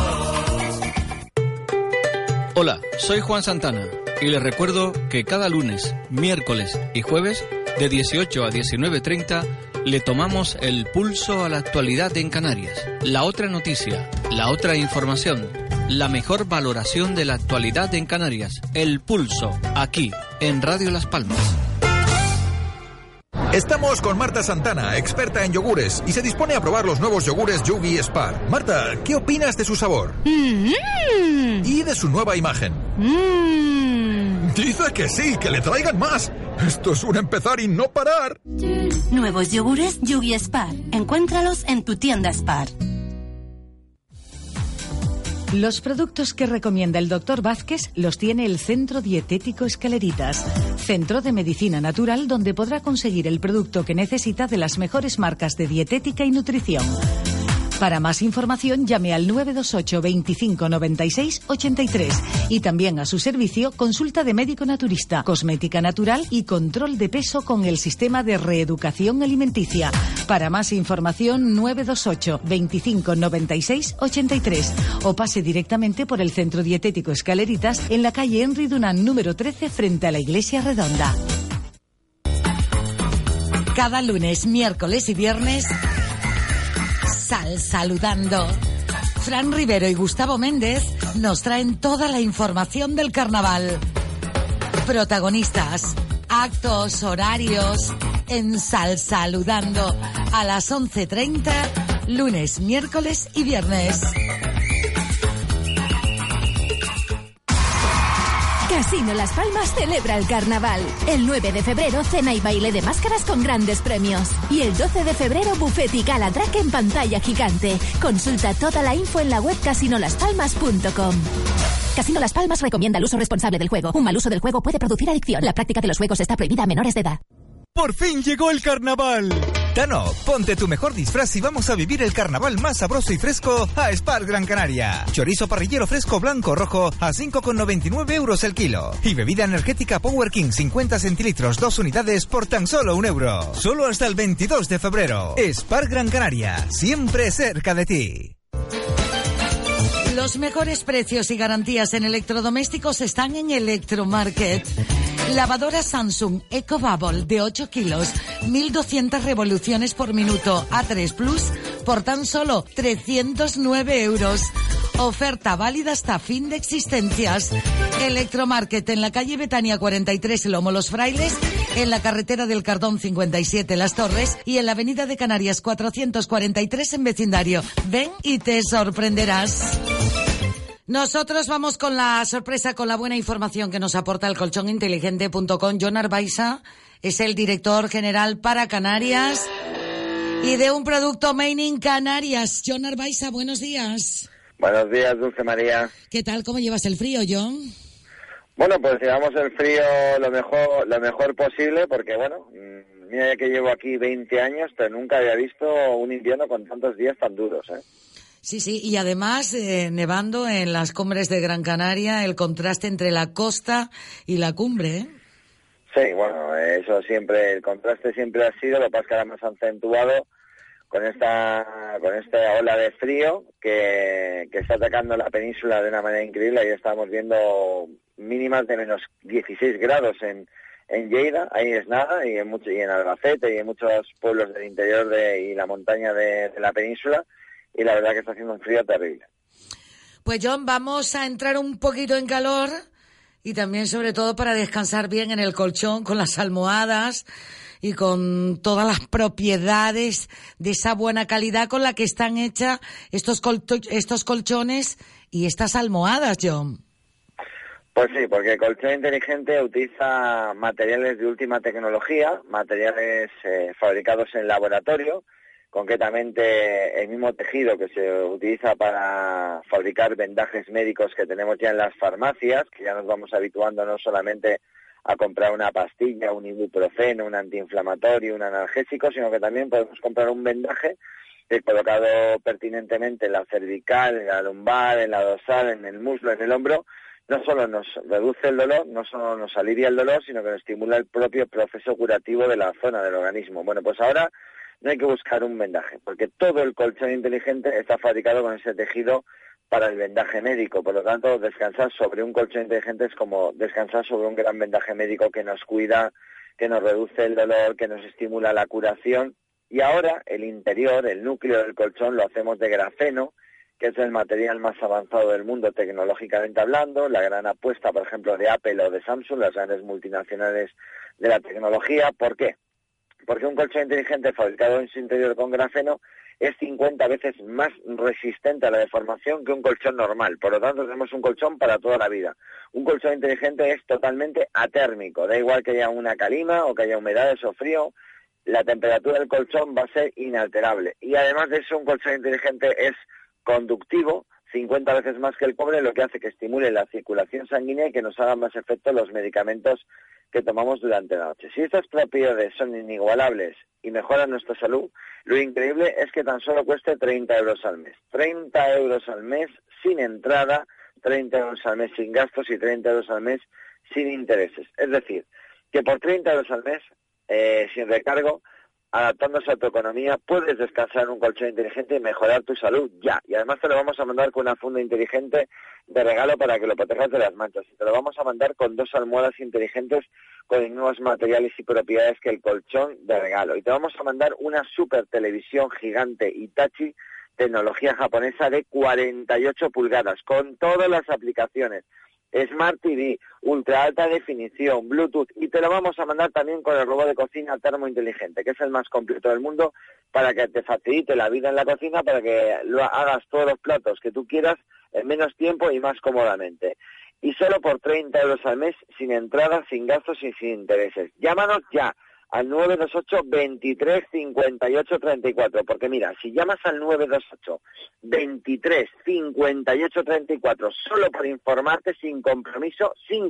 Hola, soy Juan Santana y les recuerdo que cada lunes, miércoles y jueves de 18 a 19:30 le tomamos el pulso a la actualidad en Canarias. La otra noticia, la otra información, la mejor valoración de la actualidad en Canarias. El pulso, aquí, en Radio Las Palmas. Estamos con Marta Santana, experta en yogures, y se dispone a probar los nuevos yogures Yugi Spar. Marta, ¿qué opinas de su sabor? Y de su nueva imagen. Dice que sí, que le traigan más. Esto es un empezar y no parar. Nuevos yogures Yugi Spar. Encuéntralos en tu tienda Spar. Los productos que recomienda el Dr. Vázquez los tiene el Centro Dietético Escaleritas, centro de medicina natural donde podrá conseguir el producto que necesita de las mejores marcas de dietética y nutrición. Para más información llame al 928 25 96 83 y también a su servicio consulta de médico naturista, cosmética natural y control de peso con el sistema de reeducación alimenticia. Para más información 928 25 96 83 o pase directamente por el Centro Dietético Escaleritas en la calle Henry Dunant número 13 frente a la Iglesia Redonda. Cada lunes, miércoles y viernes, Saludando. Fran Rivero y Gustavo Méndez nos traen toda la información del carnaval. Protagonistas, actos, horarios en Saludando a las 11:30, lunes, miércoles y viernes. Casino Las Palmas celebra el carnaval. El 9 de febrero, cena y baile de máscaras con grandes premios. Y el 12 de febrero, buffet y gala drag en pantalla gigante. Consulta toda la info en la web casinolaspalmas.com. Casino Las Palmas recomienda el uso responsable del juego. Un mal uso del juego puede producir adicción. La práctica de los juegos está prohibida a menores de edad. ¡Por fin llegó el carnaval! Tano, ponte tu mejor disfraz y vamos a vivir el carnaval más sabroso y fresco a Spar Gran Canaria. Chorizo parrillero fresco blanco rojo a 5,99 € el kilo. Y bebida energética Power King 50 centilitros 2 unidades por tan solo €1. Solo hasta el 22 de febrero. Spar Gran Canaria, siempre cerca de ti. Los mejores precios y garantías en electrodomésticos están en Electromarket. Lavadora Samsung EcoBubble de 8 kilos, 1200 revoluciones por minuto, A3 Plus, por tan solo 309 €. Oferta válida hasta fin de existencias. Electromarket en la calle Betania 43, Lomo Los Frailes, en la carretera del Cardón 57, Las Torres, y en la avenida de Canarias 443 en vecindario. Ven y te sorprenderás. Nosotros vamos con la sorpresa, con la buena información que nos aporta el colchoninteligente.com. John Arbaiza es el director general para Canarias y de un producto Made in Canarias. John Arbaiza, buenos días. Buenos días, Dulce María. ¿Qué tal? ¿Cómo llevas el frío, John? Bueno, pues llevamos el frío lo mejor posible, porque bueno, mira que llevo aquí 20 años, pero nunca había visto un invierno con tantos días tan duros, ¿eh? Sí, sí, y además nevando en las cumbres de Gran Canaria, el contraste entre la costa y la cumbre, ¿eh? Sí, bueno, eso siempre, el contraste siempre ha sido, lo que pasa es que ahora más acentuado con esta ola de frío que está atacando la península de una manera increíble. Ahí estamos viendo mínimas de menos 16 grados en Lleida, ahí es nada, y en Albacete y en muchos pueblos del interior y la montaña de la península. Y la verdad que está haciendo un frío terrible. Pues John, vamos a entrar un poquito en calor y también sobre todo para descansar bien en el colchón con las almohadas y con todas las propiedades de esa buena calidad con la que están hechas estos colchones y estas almohadas, John. Pues sí, porque el colchón inteligente utiliza materiales de última tecnología, materiales fabricados en laboratorio, concretamente el mismo tejido que se utiliza para fabricar vendajes médicos que tenemos ya en las farmacias, que ya nos vamos habituando no solamente a comprar una pastilla, un ibuprofeno, un antiinflamatorio, un analgésico, sino que también podemos comprar un vendaje colocado pertinentemente en la cervical, en la lumbar, en la dorsal, en el muslo, en el hombro. No solo nos reduce el dolor, no solo nos alivia el dolor, sino que nos estimula el propio proceso curativo de la zona del organismo. Bueno, pues ahora no hay que buscar un vendaje, porque todo el colchón inteligente está fabricado con ese tejido para el vendaje médico. Por lo tanto, descansar sobre un colchón inteligente es como descansar sobre un gran vendaje médico que nos cuida, que nos reduce el dolor, que nos estimula la curación. Y ahora el interior, el núcleo del colchón, lo hacemos de grafeno, que es el material más avanzado del mundo tecnológicamente hablando, la gran apuesta, por ejemplo, de Apple o de Samsung, las grandes multinacionales de la tecnología. ¿Por qué? Porque un colchón inteligente fabricado en su interior con grafeno es 50 veces más resistente a la deformación que un colchón normal. Por lo tanto, tenemos un colchón para toda la vida. Un colchón inteligente es totalmente atérmico. Da igual que haya una calima o que haya humedades o frío, la temperatura del colchón va a ser inalterable. Y además de eso, un colchón inteligente es conductivo, 50 veces más que el cobre, lo que hace que estimule la circulación sanguínea y que nos hagan más efecto los medicamentos que tomamos durante la noche. Si estas propiedades son inigualables y mejoran nuestra salud, lo increíble es que tan solo cueste 30 euros al mes. 30 euros al mes sin entrada, 30 euros al mes sin gastos y 30 euros al mes sin intereses. Es decir, que por 30 euros al mes, sin recargo, adaptándose a tu economía, puedes descansar en un colchón inteligente y mejorar tu salud ya. Y además te lo vamos a mandar con una funda inteligente de regalo para que lo protejas de las manchas. Y te lo vamos a mandar con 2 almohadas inteligentes con los mismos materiales y propiedades que el colchón de regalo. Y te vamos a mandar una super televisión gigante Hitachi, tecnología japonesa de 48 pulgadas, con todas las aplicaciones. Smart TV, ultra alta definición, Bluetooth, y te lo vamos a mandar también con el robot de cocina termointeligente, que es el más completo del mundo, para que te facilite la vida en la cocina, para que lo hagas todos los platos que tú quieras en menos tiempo y más cómodamente. Y solo por 30 euros al mes, sin entrada, sin gastos y sin intereses. Llámanos ya al 928 23 58 34, porque mira, si llamas al 928 23 58 34 solo por informarte, sin compromiso,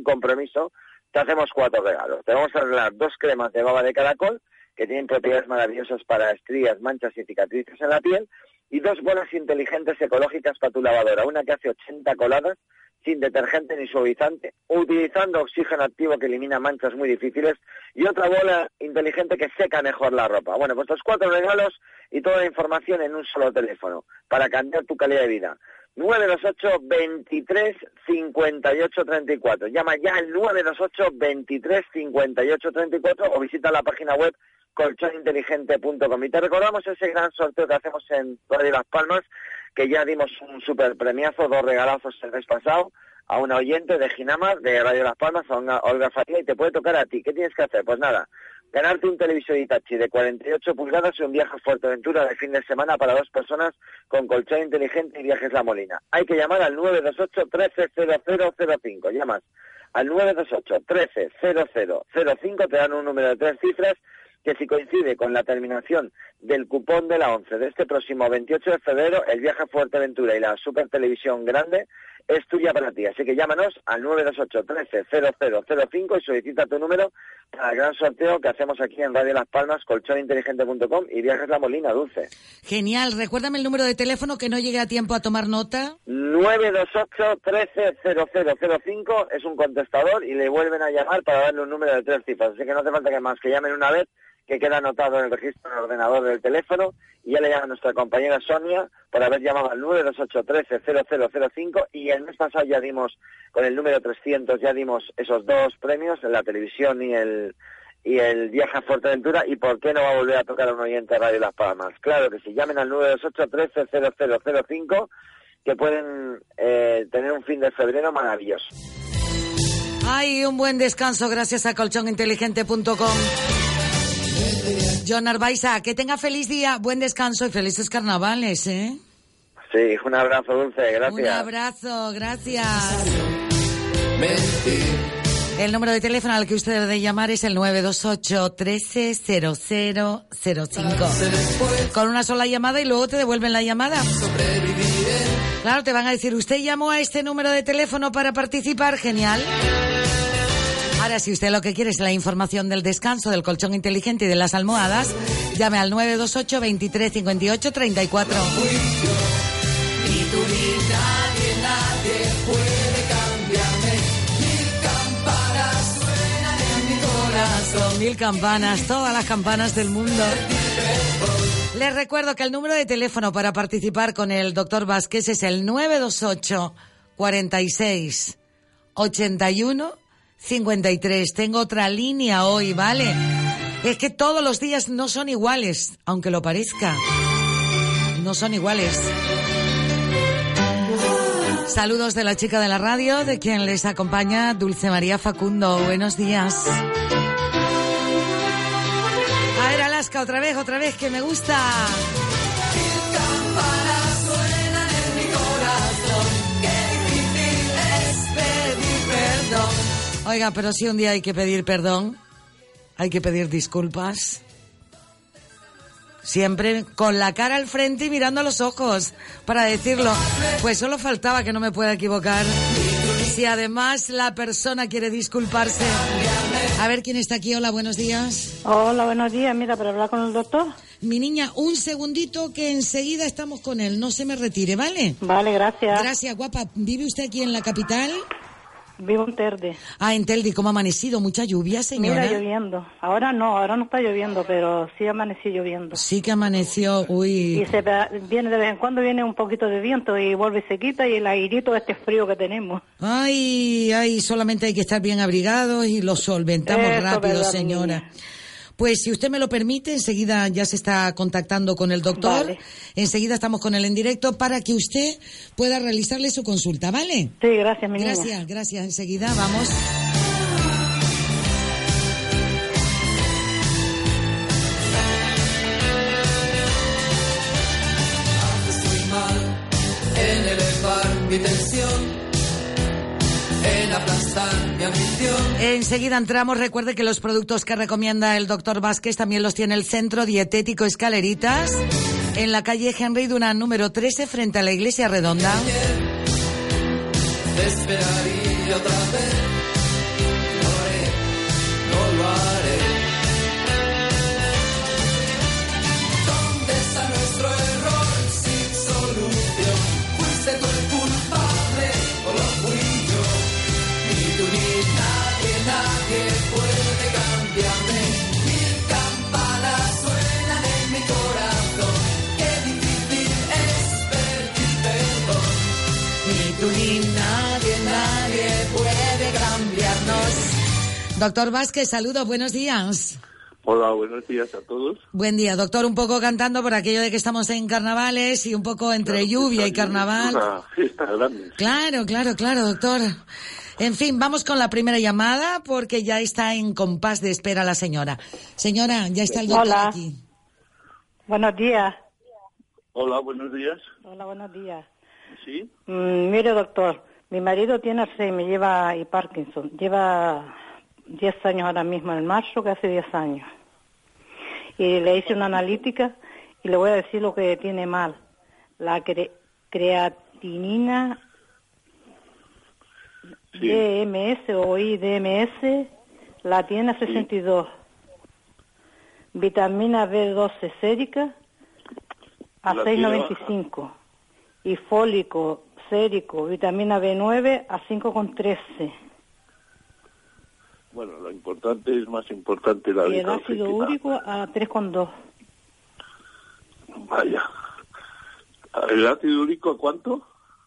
te hacemos 4 regalos. Te vamos a regalar 2 cremas de baba de caracol, que tienen propiedades maravillosas para estrías, manchas y cicatrices en la piel, y 2 bolas inteligentes ecológicas para tu lavadora, una que hace 80 coladas, sin detergente ni suavizante, utilizando oxígeno activo que elimina manchas muy difíciles, y otra bola inteligente que seca mejor la ropa. Bueno, pues estos 4 regalos y toda la información en un solo teléfono, para cambiar tu calidad de vida. 928 23 58 34. Llama ya al 928 23 58 34 o visita la página web colchoninteligente.com. Y te recordamos ese gran sorteo que hacemos en Radio Las Palmas, que ya dimos un super premiazo, 2 regalazos el mes pasado, a una oyente de Ginamar, de Radio Las Palmas, a Olga Faría, y te puede tocar a ti. ¿Qué tienes que hacer? Pues nada, ganarte un televisor Hitachi de 48 pulgadas y un viaje a Fuerteventura de fin de semana para 2 personas con colchón inteligente y Viajes La Molina. Hay que llamar al 928 13 0005. Llamas al 928 13 0005, te dan un número de 3 cifras, que si coincide con la terminación del cupón de la 11 de este próximo 28 de febrero, el viaje a Fuerteventura y la super televisión grande es tuya para ti. Así que llámanos al 928 13 0005 y solicita tu número para el gran sorteo que hacemos aquí en Radio Las Palmas, colchoninteligente.com y Viajes La Molina, Dulce. Genial. Recuérdame el número de teléfono, que no llegue a tiempo a tomar nota. 928 13 0005 es un contestador y le vuelven a llamar para darle un número de 3 cifras. Así que no hace falta que más que llamen una vez, que queda anotado en el registro del ordenador del teléfono, y ya le llama a nuestra compañera Sonia por haber llamado al 928 13 0005, y el mes pasado ya dimos, con el número 300, ya dimos esos 2 premios, en la televisión y el viaje a Fuerteventura. ¿Y por qué no va a volver a tocar a un oyente de Radio Las Palmas? Claro que sí, llamen al 928 13 0005 que pueden tener un fin de febrero maravilloso. Ay, un buen descanso gracias a colchoninteligente.com. John Arbaiza, que tenga feliz día, buen descanso y felices carnavales, ¿eh? Sí, un abrazo dulce, gracias. Un abrazo, gracias. El número de teléfono al que usted debe llamar es el 928 130005. Con una sola llamada y luego te devuelven la llamada. Claro, te van a decir, ¿usted llamó a este número de teléfono para participar? Genial. Ahora, si usted lo que quiere es la información del descanso, del colchón inteligente y de las almohadas, llame al 928 23 58 34. Ni tú ni nadie puede cambiarme. 1000 campanas suenan en mi corazón. 1000 campanas, todas las campanas del mundo. Les recuerdo que el número de teléfono para participar con el doctor Vázquez es el 928 46 81 53. Tengo otra línea hoy, ¿vale? Es que todos los días no son iguales, aunque lo parezca. No son iguales. Saludos de la chica de la radio, de quien les acompaña Dulce María Facundo. Buenos días. A ver, Alaska, otra vez, que me gusta. 1000 campanas suenan en mi corazón. Qué difícil es pedir perdón. Oiga, pero si un día hay que pedir perdón, hay que pedir disculpas. Siempre con la cara al frente y mirando a los ojos para decirlo. Pues solo faltaba que no me pueda equivocar. Si además la persona quiere disculparse. A ver quién está aquí. Hola, buenos días. Hola, buenos días. Mira, para hablar con el doctor. Mi niña, un segundito que enseguida estamos con él. No se me retire, ¿vale? Vale, gracias. Gracias, guapa. ¿Vive usted aquí en la capital? Vivo en Telde. Ah, en Telde. ¿Cómo ha amanecido? ¿Mucha lluvia, señora? Mira, lloviendo. Ahora no está lloviendo, pero sí amaneció lloviendo. Sí que amaneció, uy. Y viene de vez en cuando viene un poquito de viento y vuelve y se quita y el airito de este frío que tenemos. Ay, solamente hay que estar bien abrigados y lo solventamos rápido, verdad, señora. Niña. Pues si usted me lo permite, enseguida ya se está contactando con el doctor. Vale. Enseguida estamos con él en directo para que usted pueda realizarle su consulta, ¿vale? Sí, gracias, mi niña. Gracias. Enseguida vamos. Estoy mal en elevar mi tensión, en aplastar mi ambición. Enseguida entramos. Recuerde que los productos que recomienda el doctor Vázquez también los tiene el Centro Dietético Escaleritas, en la calle Henry Dunant, número 13, frente a la Iglesia Redonda. Te esperaría otra vez. No lo haré. ¿Dónde está nuestro error sin solución? ¿Fuiste tú el culpable o lo fui yo? Ni tú ni nadie puede cambiarme. 1000 campanas suenan en mi corazón. Qué difícil es pedir perdón. Ni tú ni nadie puede cambiarnos. Doctor Vázquez, saludos, buenos días. Hola, buenos días a todos. Buen día, doctor. Un poco cantando por aquello de que estamos en carnavales y un poco entre lluvia y carnaval. Una fiesta grande. Claro, doctor. En fin, vamos con la primera llamada porque ya está en compás de espera la señora. Señora, ya está el doctor aquí. Buenos días. Hola, buenos días. Hola, buenos días. ¿Sí? Mire, doctor, mi marido tiene Alzheimer y Parkinson. Lleva 10 años ahora mismo, en marzo, casi 10 años. Y le hice una analítica y le voy a decir lo que tiene mal. La creatinina, sí, DMS o IDMS, la tiene a 62. Vitamina B12 sérica a 6,95. Y fólico, sérico, vitamina B9 a 5,13. Bueno, lo importante es más importante la y el ácido úrico a 3,2. Vaya. ¿El ácido úrico a cuánto?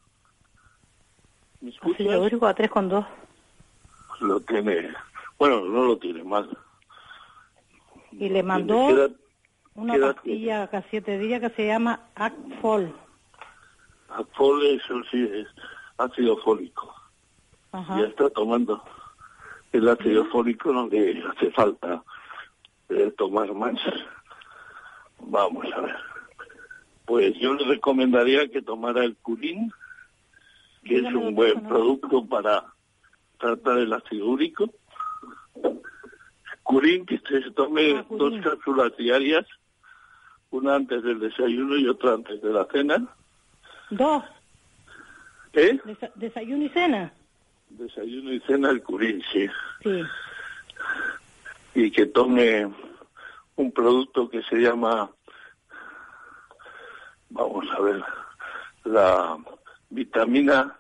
¿Me escuchas? Ácido úrico a 3,2. Lo tiene. Bueno, no lo tiene mal. Y le mandó una pastilla cada 7 días que se llama Acfol. Fol, eso sí es ácido fólico. Ajá. Ya está tomando el ácido fólico donde hace falta tomar más. Vamos a ver. Pues yo le recomendaría que tomara el Curín, que es un buen producto para tratar el ácido úrico. Curín, que se tome 2 cápsulas diarias, una antes del desayuno y otra antes de la cena. 2. ¿Eh? ¿Desayuno y cena? Desayuno y cena el Curín, sí. Sí. Y que tome un producto que se llama, vamos a ver, la vitamina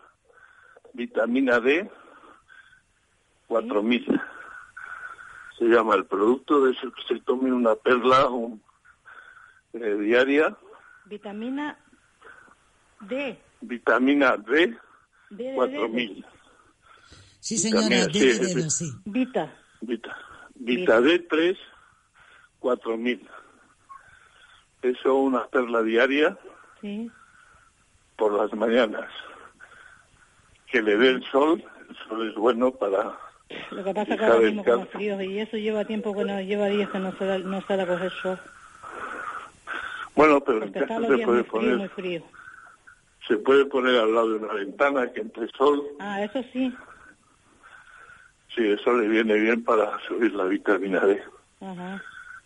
D 4000. Se llama el producto, de eso que se tome una perla diaria. Vitamina D. Vitamina D D 4000. Sí, señora, D, sí. Vita D3 4000. Eso, una perla diaria. Sí. Por las mañanas. Que le dé el sol es bueno para... Lo que pasa es que ahora mismo con los fríos y eso lleva tiempo que no, lleva días que no sale a coger sol. Bueno, pero porque en casa se puede poner... muy frío. Se puede poner al lado de una ventana que entre sol. Ah, eso sí. Sí, eso le viene bien para subir la vitamina D. Ajá.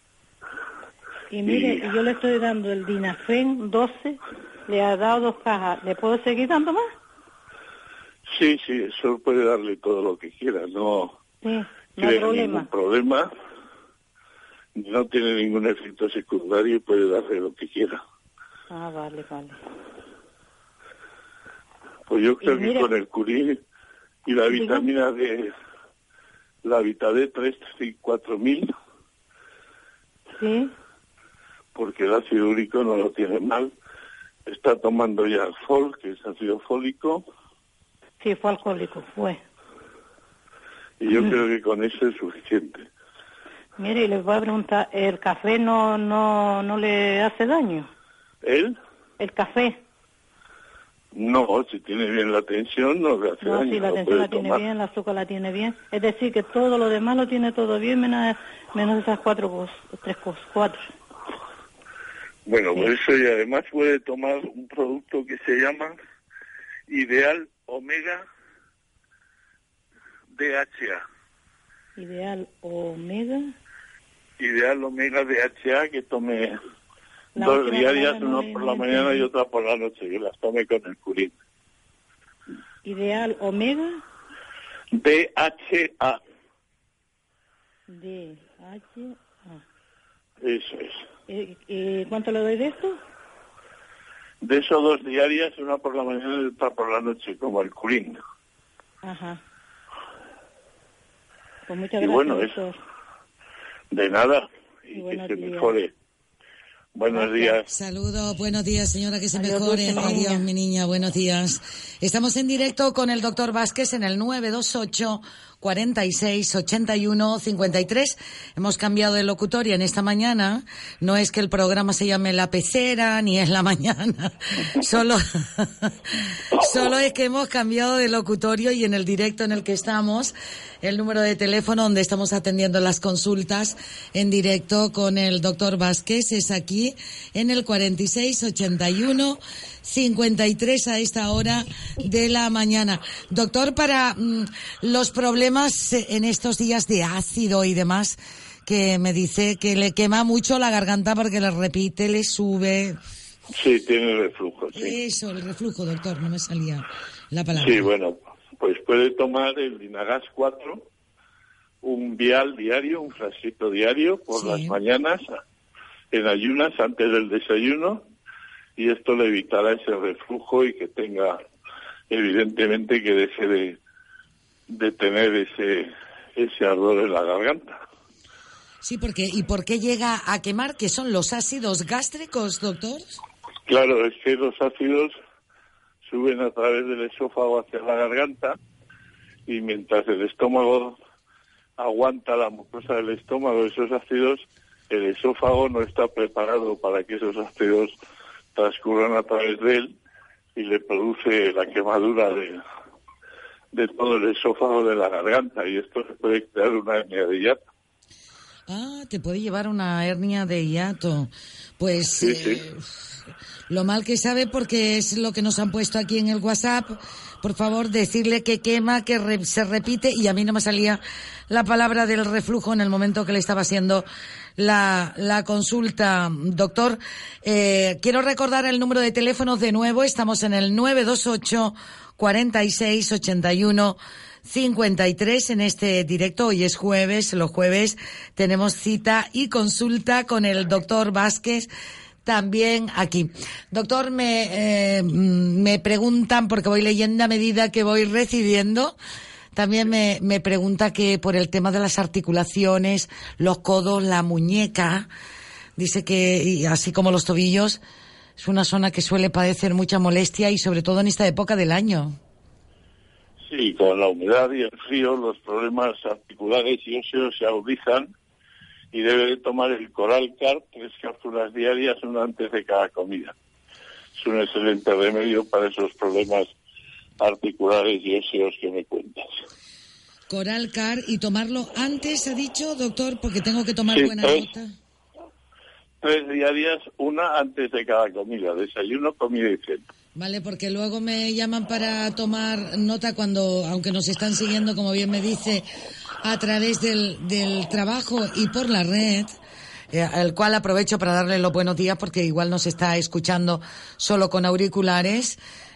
Y mire, yo le estoy dando el Dinafen 12, le ha dado 2 cajas. ¿Le puedo seguir dando más? Sí, eso puede darle todo lo que quiera, no hay ningún problema, no tiene ningún efecto secundario y puede darle lo que quiera. Ah, vale. Pues yo creo que con el Curín y la vitamina D, la Vita D3 y 4000, sí, porque el ácido úrico no lo tiene mal, está tomando ya el Fol, que es ácido fólico. Sí, fue alcohólico, fue. Y yo creo que con eso es suficiente. Mire, y les voy a preguntar, ¿el café no le hace daño? ¿El café. No, si tiene bien la tensión no le hace daño. No, si la tensión la tiene bien, el azúcar la tiene bien. Es decir, que todo lo demás lo tiene todo bien, menos esas 4 cosas. Bueno, por eso, y además puede tomar un producto que se llama Ideal Omega DHA. Ideal Omega DHA, que tome 2 diarias, una por la mañana y otra por la noche, que las tome con el Curín. Ideal Omega DHA. Eso es. ¿Y cuánto le doy de esto? De esos 2 diarias, una por la mañana y otra por la noche, como el Curín. Ajá. Pues muchas y gracias, bueno, doctor. eso. De nada. Y que se mejore. Buenos días. Saludos, buenos días, señora, que se mejore. Adiós, mi niña, buenos días. Estamos en directo con el doctor Vázquez en el 928 46 81 53. Hemos cambiado de locutoria en esta mañana. No es que el programa se llame La Pecera, ni es la mañana. Solo es que hemos cambiado de locutorio y en el directo en el que estamos, el número de teléfono donde estamos atendiendo las consultas en directo con el doctor Vázquez es aquí en el 46 81 53 a esta hora de la mañana. Doctor, para los problemas en estos días de ácido y demás, que me dice que le quema mucho la garganta porque le repite, le sube. Sí, tiene reflujo, sí. Eso, el reflujo, doctor, no me salía la palabra. Sí, bueno, pues puede tomar el Dinagas 4, un vial diario, un frasquito diario por las mañanas, en ayunas, antes del desayuno, y esto le evitará ese reflujo y que tenga, evidentemente, que deje de tener ese ardor en la garganta. Sí, porque ¿y por qué llega a quemar? ¿Qué son los ácidos gástricos, doctor? Claro, es que los ácidos suben a través del esófago hacia la garganta y mientras el estómago aguanta la mucosa del estómago, esos ácidos, el esófago no está preparado para que esos ácidos transcurran a través de él y le produce la quemadura de todo el esófago de la garganta, y esto le puede crear una hernia de hiato. Ah, te puede llevar una hernia de hiato. Pues Sí. lo mal que sabe, porque es lo que nos han puesto aquí en el WhatsApp. Por favor, decirle que quema, que se repite, y a mí no me salía la palabra del reflujo en el momento que le estaba haciendo la consulta. Doctor, quiero recordar el número de teléfonos de nuevo. Estamos en el 928 46 81 53 en este directo. Hoy es jueves, los jueves tenemos cita y consulta con el doctor Vázquez, también aquí. Doctor, me preguntan, porque voy leyendo a medida que voy recibiendo, también me pregunta que por el tema de las articulaciones, los codos, la muñeca, dice que, y así como los tobillos, es una zona que suele padecer mucha molestia, y sobre todo en esta época del año. Sí, con la humedad y el frío los problemas articulares y óseos se agudizan, y debe de tomar el Coralcar, 3 cápsulas diarias, una antes de cada comida. Es un excelente remedio para esos problemas articulares y óseos que me cuentas. Coralcar, y tomarlo antes, ha dicho, doctor, porque tengo que tomar Sí, buena nota. 3 diarias, una antes de cada comida, desayuno, comida y cena. Vale, porque luego me llaman para tomar nota cuando, aunque nos están siguiendo, como bien me dice, a través del trabajo y por la red, al cual aprovecho para darle los buenos días, porque igual nos está escuchando solo con auriculares,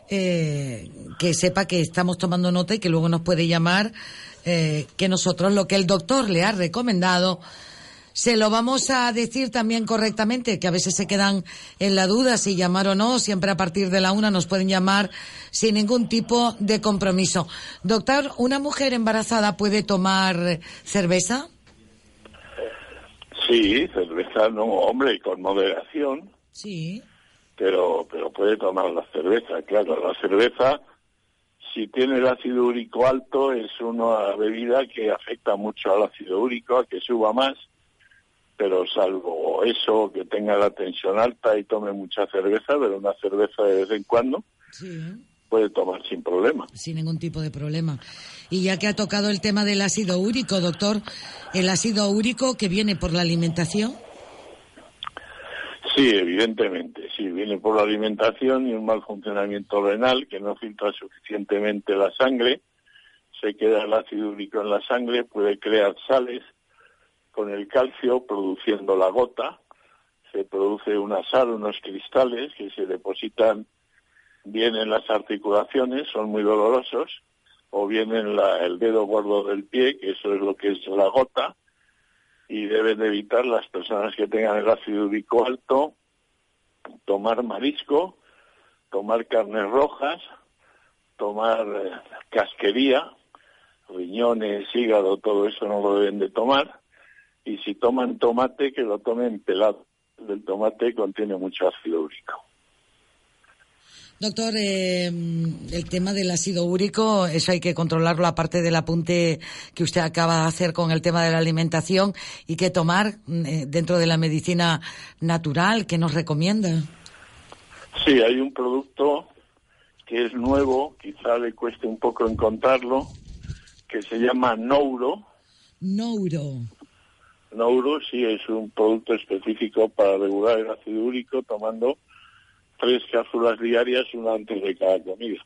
que sepa que estamos tomando nota y que luego nos puede llamar, que nosotros lo que el doctor le ha recomendado se lo vamos a decir también correctamente, que a veces se quedan en la duda si llamar o no. Siempre a partir de la 1 nos pueden llamar sin ningún tipo de compromiso. Doctor, ¿una mujer embarazada puede tomar cerveza? Sí, cerveza no, hombre, con moderación. Sí. Pero puede tomar la cerveza, claro. La cerveza, si tiene el ácido úrico alto, es una bebida que afecta mucho al ácido úrico, a que suba más. Pero salvo eso, que tenga la tensión alta y tome mucha cerveza, pero una cerveza de vez en cuando, sí, puede tomar sin problema. Sin ningún tipo de problema. Y ya que ha tocado el tema del ácido úrico, doctor, ¿el ácido úrico que viene por la alimentación? Sí, evidentemente, sí, viene por la alimentación y un mal funcionamiento renal, que no filtra suficientemente la sangre, se queda el ácido úrico en la sangre, puede crear sales con el calcio, produciendo la gota. Se produce una sal, unos cristales que se depositan bien en las articulaciones, son muy dolorosos, o bien en el dedo gordo del pie, que eso es lo que es la gota, y deben de evitar las personas que tengan el ácido úrico alto, tomar marisco, tomar carnes rojas, tomar casquería, riñones, hígado, todo eso no lo deben de tomar. Y si toman tomate, que lo tomen pelado. El tomate contiene mucho ácido úrico. Doctor, el tema del ácido úrico, eso hay que controlarlo, aparte del apunte que usted acaba de hacer con el tema de la alimentación, y qué tomar dentro de la medicina natural, ¿qué nos recomienda? Sí, hay un producto que es nuevo, quizá le cueste un poco encontrarlo, que se llama Nouro. Nouro, sí, es un producto específico para regular el ácido úrico, tomando 3 cápsulas diarias, una antes de cada comida.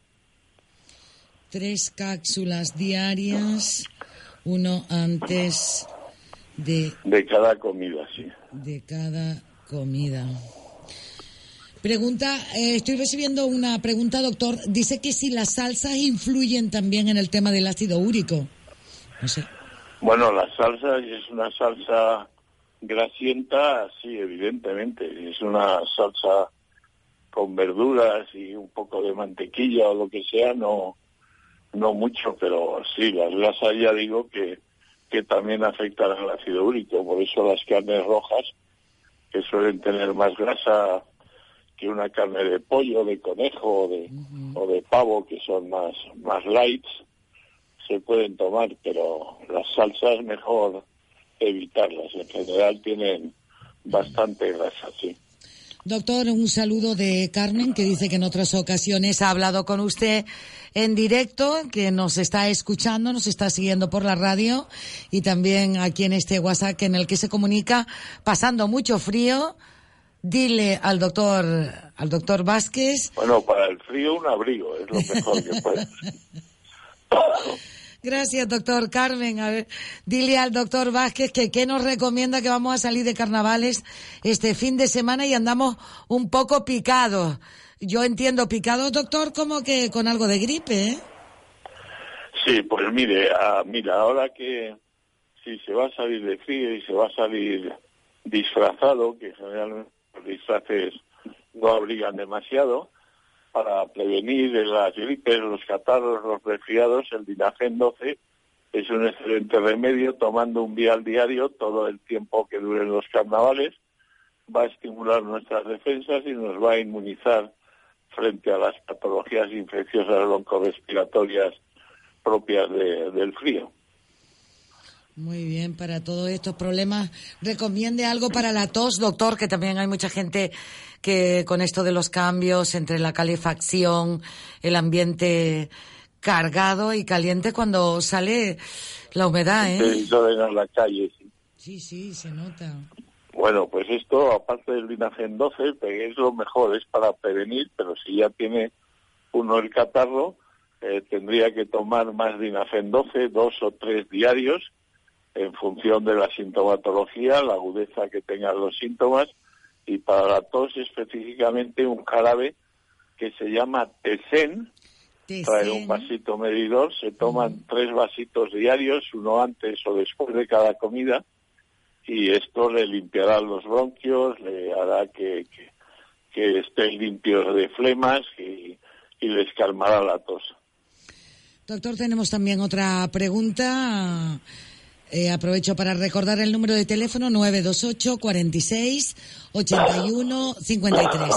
3 cápsulas diarias, uno antes de cada comida, sí. De cada comida. Pregunta, estoy recibiendo una pregunta, doctor. Dice que si las salsas influyen también en el tema del ácido úrico. No sé. Bueno, la salsa es una salsa grasienta, sí, evidentemente. Es una salsa con verduras y un poco de mantequilla o lo que sea, no mucho, pero sí, las grasas ya digo que también afectan al ácido úrico. Por eso las carnes rojas, que suelen tener más grasa que una carne de pollo, de conejo o de pavo, que son más light, se pueden tomar, pero las salsas mejor evitarlas. En general tienen bastante grasa, sí. Doctor, un saludo de Carmen, que dice que en otras ocasiones ha hablado con usted en directo, que nos está escuchando, nos está siguiendo por la radio y también aquí en este WhatsApp en el que se comunica, pasando mucho frío. Dile al doctor Vázquez. Bueno, para el frío un abrigo es lo mejor que puede. Gracias, doctor. Carmen, a ver, dile al doctor Vázquez que qué nos recomienda, que vamos a salir de carnavales este fin de semana y andamos un poco picados. Yo entiendo picados, doctor, como que con algo de gripe, ¿eh? Sí, pues mira, ahora que si se va a salir de frío y se va a salir disfrazado, que generalmente los disfraces no abrigan demasiado, para prevenir las gripes, los catarros, los resfriados, el Dinagen 12 es un excelente remedio, tomando un vial diario todo el tiempo que duren los carnavales, va a estimular nuestras defensas y nos va a inmunizar frente a las patologías infecciosas broncorrespiratorias propias del frío. Muy bien, para todos estos problemas, recomiende algo para la tos, doctor, que también hay mucha gente que con esto de los cambios entre la calefacción, el ambiente cargado y caliente cuando sale la humedad, ¿eh? Sí, en la calle, sí. Sí, se nota. Bueno, pues esto, aparte del Dinagen 12, es lo mejor, es para prevenir, pero si ya tiene uno el catarro, tendría que tomar más Dinagen 12, 2 o 3 diarios, en función de la sintomatología, la agudeza que tengan los síntomas, y para la tos específicamente un jarabe que se llama Tesen, trae un vasito medidor, se toman 3 vasitos diarios, uno antes o después de cada comida, y esto le limpiará los bronquios, le hará que estén limpios de flemas y les calmará la tos. Doctor, tenemos también otra pregunta. Aprovecho para recordar el número de teléfono 928 46 81 53.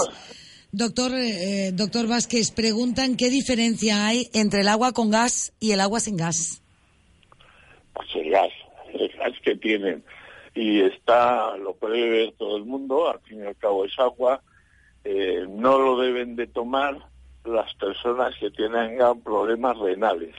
Doctor Vázquez, preguntan qué diferencia hay entre el agua con gas y el agua sin gas. Pues el gas que tienen, y lo puede ver todo el mundo, al fin y al cabo es agua, no lo deben de tomar las personas que tengan problemas renales.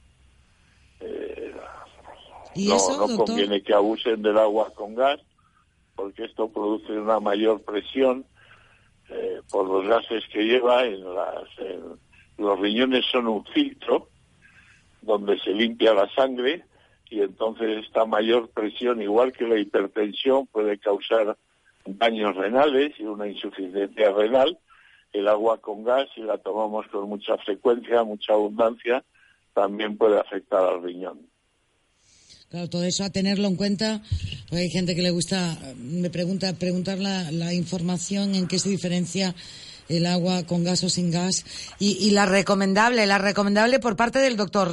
¿Y eso, no conviene que abusen del agua con gas, porque esto produce una mayor presión por los gases que lleva. Los riñones son un filtro donde se limpia la sangre, y entonces esta mayor presión, igual que la hipertensión, puede causar daños renales y una insuficiencia renal. El agua con gas, si la tomamos con mucha frecuencia, mucha abundancia, también puede afectar al riñón. Claro, todo eso a tenerlo en cuenta, porque hay gente que le gusta, me preguntar la información en qué se diferencia el agua con gas o sin gas, y la recomendable por parte del doctor.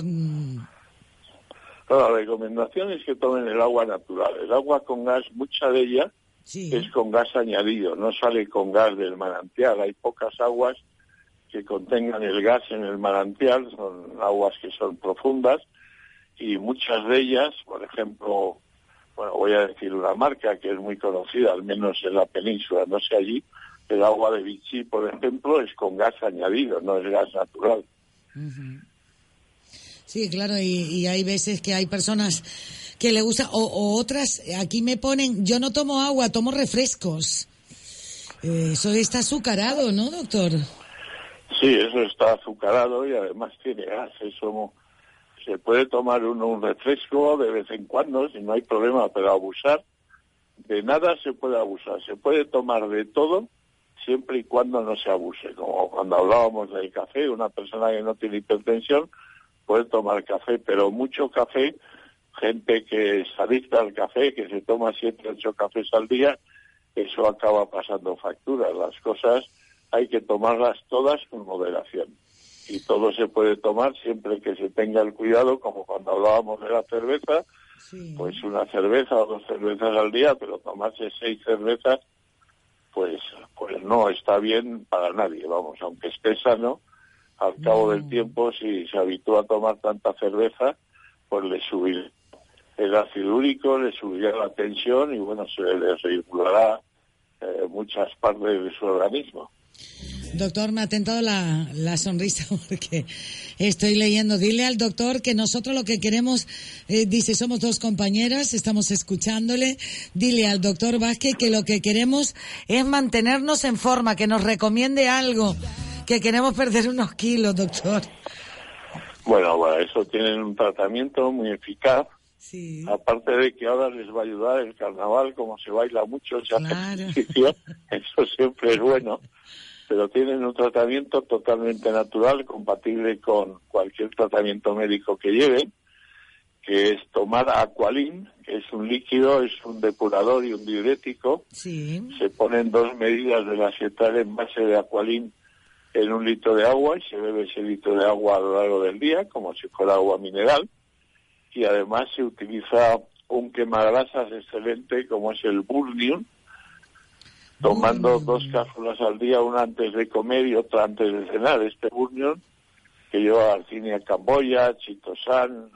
La recomendación es que tomen el agua natural. El agua con gas, mucha de ella es con gas añadido, no sale con gas del manantial. Hay pocas aguas que contengan el gas en el manantial, son aguas que son profundas, y muchas de ellas, por ejemplo, voy a decir una marca que es muy conocida, al menos en la península, no sé allí, el agua de Vichy, por ejemplo, es con gas añadido, no es gas natural. Uh-huh. Sí, claro, y hay veces que hay personas que le gusta, o otras, aquí me ponen, yo no tomo agua, tomo refrescos. Eso está azucarado, ¿no, doctor? Sí, eso está azucarado y además tiene gas, eso. Se puede tomar uno un refresco de vez en cuando, si no hay problema, pero abusar de nada se puede abusar. Se puede tomar de todo siempre y cuando no se abuse. Como cuando hablábamos del café, una persona que no tiene hipertensión puede tomar café, pero mucho café, gente que es adicta al café, que se toma 7 o 8 cafés al día, eso acaba pasando facturas. Las cosas hay que tomarlas todas con moderación. Y todo se puede tomar siempre que se tenga el cuidado, como cuando hablábamos de la cerveza, pues una cerveza o 2 cervezas al día, pero tomarse 6 cervezas, pues no está bien para nadie, vamos, aunque esté sano, al cabo del tiempo, si se habitúa a tomar tanta cerveza, pues le subirá el ácido úrico, le subirá la tensión y bueno, se le regulará muchas partes de su organismo. Doctor, me ha tentado la sonrisa porque estoy leyendo. Dile al doctor que nosotros lo que queremos, dice, somos dos compañeras, estamos escuchándole. Dile al doctor Vázquez que lo que queremos es mantenernos en forma, que nos recomiende algo, que queremos perder unos kilos, doctor. Bueno, para eso tienen un tratamiento muy eficaz. Sí. Aparte de que ahora les va a ayudar el carnaval, como se baila mucho, se hace ejercicio, eso siempre es bueno. Pero tienen un tratamiento totalmente natural, compatible con cualquier tratamiento médico que lleven, que es tomar Aqualin, que es un líquido, es un depurador y un diurético. Sí. Se ponen 2 medidas de la acetal en base de Aqualin en 1 litro de agua y se bebe ese litro de agua a lo largo del día, como si fuera agua mineral. Y además se utiliza un quemagrasas excelente, como es el Burnium, tomando 2 cápsulas al día, una antes de comer y otra antes de cenar. Este Burnium, que lleva arcinia camboya, chitosan,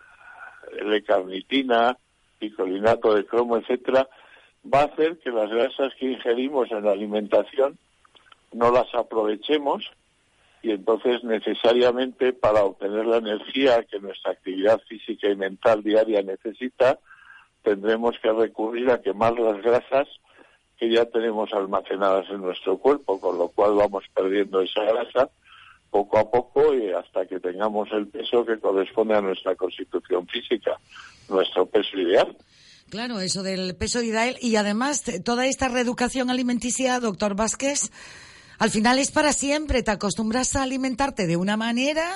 L-carnitina, picolinato de cromo, etcétera, va a hacer que las grasas que ingerimos en la alimentación no las aprovechemos, y entonces necesariamente para obtener la energía que nuestra actividad física y mental diaria necesita, tendremos que recurrir a quemar las grasas que ya tenemos almacenadas en nuestro cuerpo, con lo cual vamos perdiendo esa grasa poco a poco y hasta que tengamos el peso que corresponde a nuestra constitución física, nuestro peso ideal. Claro, eso del peso ideal, y además toda esta reeducación alimenticia, doctor Vázquez, al final es para siempre. Te acostumbras a alimentarte de una manera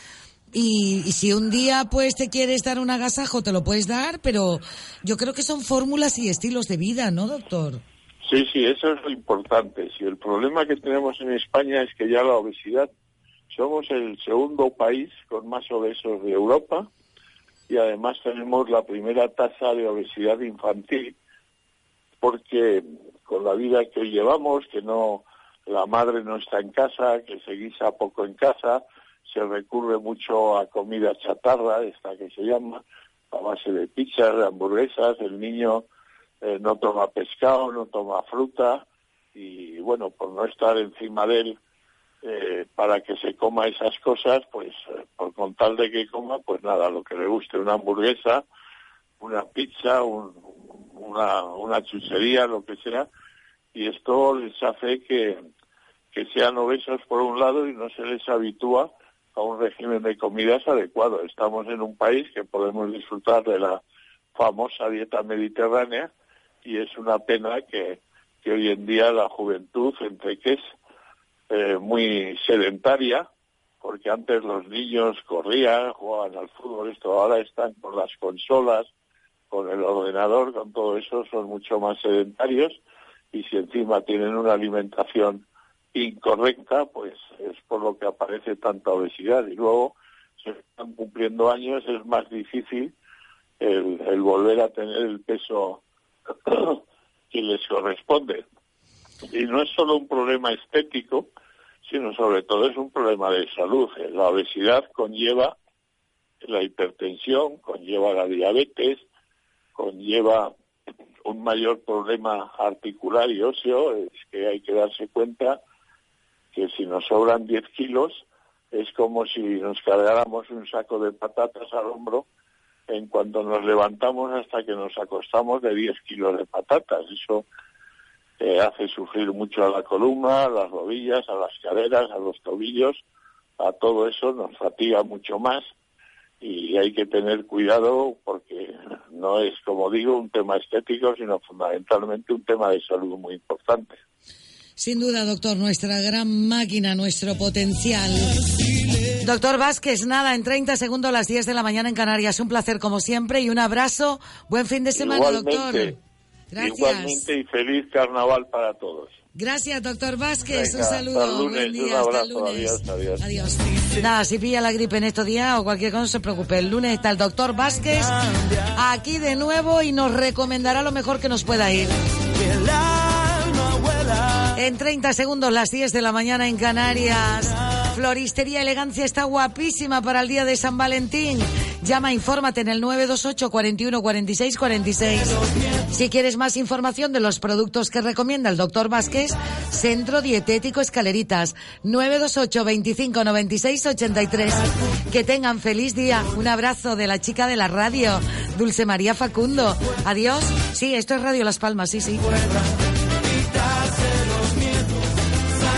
y si un día pues te quieres dar un agasajo te lo puedes dar, pero yo creo que son fórmulas y estilos de vida, ¿no, doctor? Sí, eso es lo importante. Si el problema que tenemos en España es que ya la obesidad, somos el segundo país con más obesos de Europa y además tenemos la primera tasa de obesidad infantil, porque con la vida que hoy llevamos, que no, la madre no está en casa, que se guisa poco en casa, se recurre mucho a comida chatarra, esta que se llama, a base de pizzas, de hamburguesas, el niño no toma pescado, no toma fruta, y bueno, por no estar encima de él para que se coma esas cosas, pues por con tal de que coma, pues nada, lo que le guste, una hamburguesa, una pizza, una chuchería, lo que sea, y esto les hace que sean obesos por un lado y no se les habitúa a un régimen de comidas adecuado. Estamos en un país que podemos disfrutar de la famosa dieta mediterránea y es una pena que hoy en día la juventud, entre que es muy sedentaria, porque antes los niños corrían, jugaban al fútbol, esto ahora están con las consolas, con el ordenador, con todo eso, son mucho más sedentarios, y si encima tienen una alimentación incorrecta, pues es por lo que aparece tanta obesidad. Y luego, se están cumpliendo años, es más difícil el volver a tener el peso que les corresponde. Y no es solo un problema estético, sino sobre todo es un problema de salud. La obesidad conlleva la hipertensión, conlleva la diabetes, conlleva un mayor problema articular y óseo. Es que hay que darse cuenta que si nos sobran 10 kilos es como si nos cargáramos un saco de patatas al hombro en cuanto nos levantamos hasta que nos acostamos, de 10 kilos de patatas. Eso hace sufrir mucho a la columna, a las rodillas, a las caderas, a los tobillos, a todo eso nos fatiga mucho más y hay que tener cuidado porque no es, como digo, un tema estético, sino fundamentalmente un tema de salud muy importante. Sin duda, doctor, nuestra gran máquina, nuestro potencial. Doctor Vázquez, nada, en 30 segundos a las 10 de la mañana en Canarias. Un placer como siempre y un abrazo. Buen fin de semana, doctor. Gracias. Igualmente y feliz carnaval para todos. Gracias, doctor Vázquez. Venga, un saludo. Hasta el lunes, buen día, un abrazo, hasta el lunes. Adiós. Adiós. Nada, si pilla la gripe en estos días o cualquier cosa, no se preocupe. El lunes está el doctor Vázquez aquí de nuevo y nos recomendará lo mejor que nos pueda ir. En 30 segundos, las 10 de la mañana en Canarias. Floristería Elegancia está guapísima para el día de San Valentín. Llama, infórmate en el 928 41 46 46. Si quieres más información de los productos que recomienda el doctor Vázquez, Centro Dietético Escaleritas, 928 25 96 83. Que tengan feliz día. Un abrazo de la chica de la radio, Dulce María Facundo. Adiós. Sí, esto es Radio Las Palmas, sí.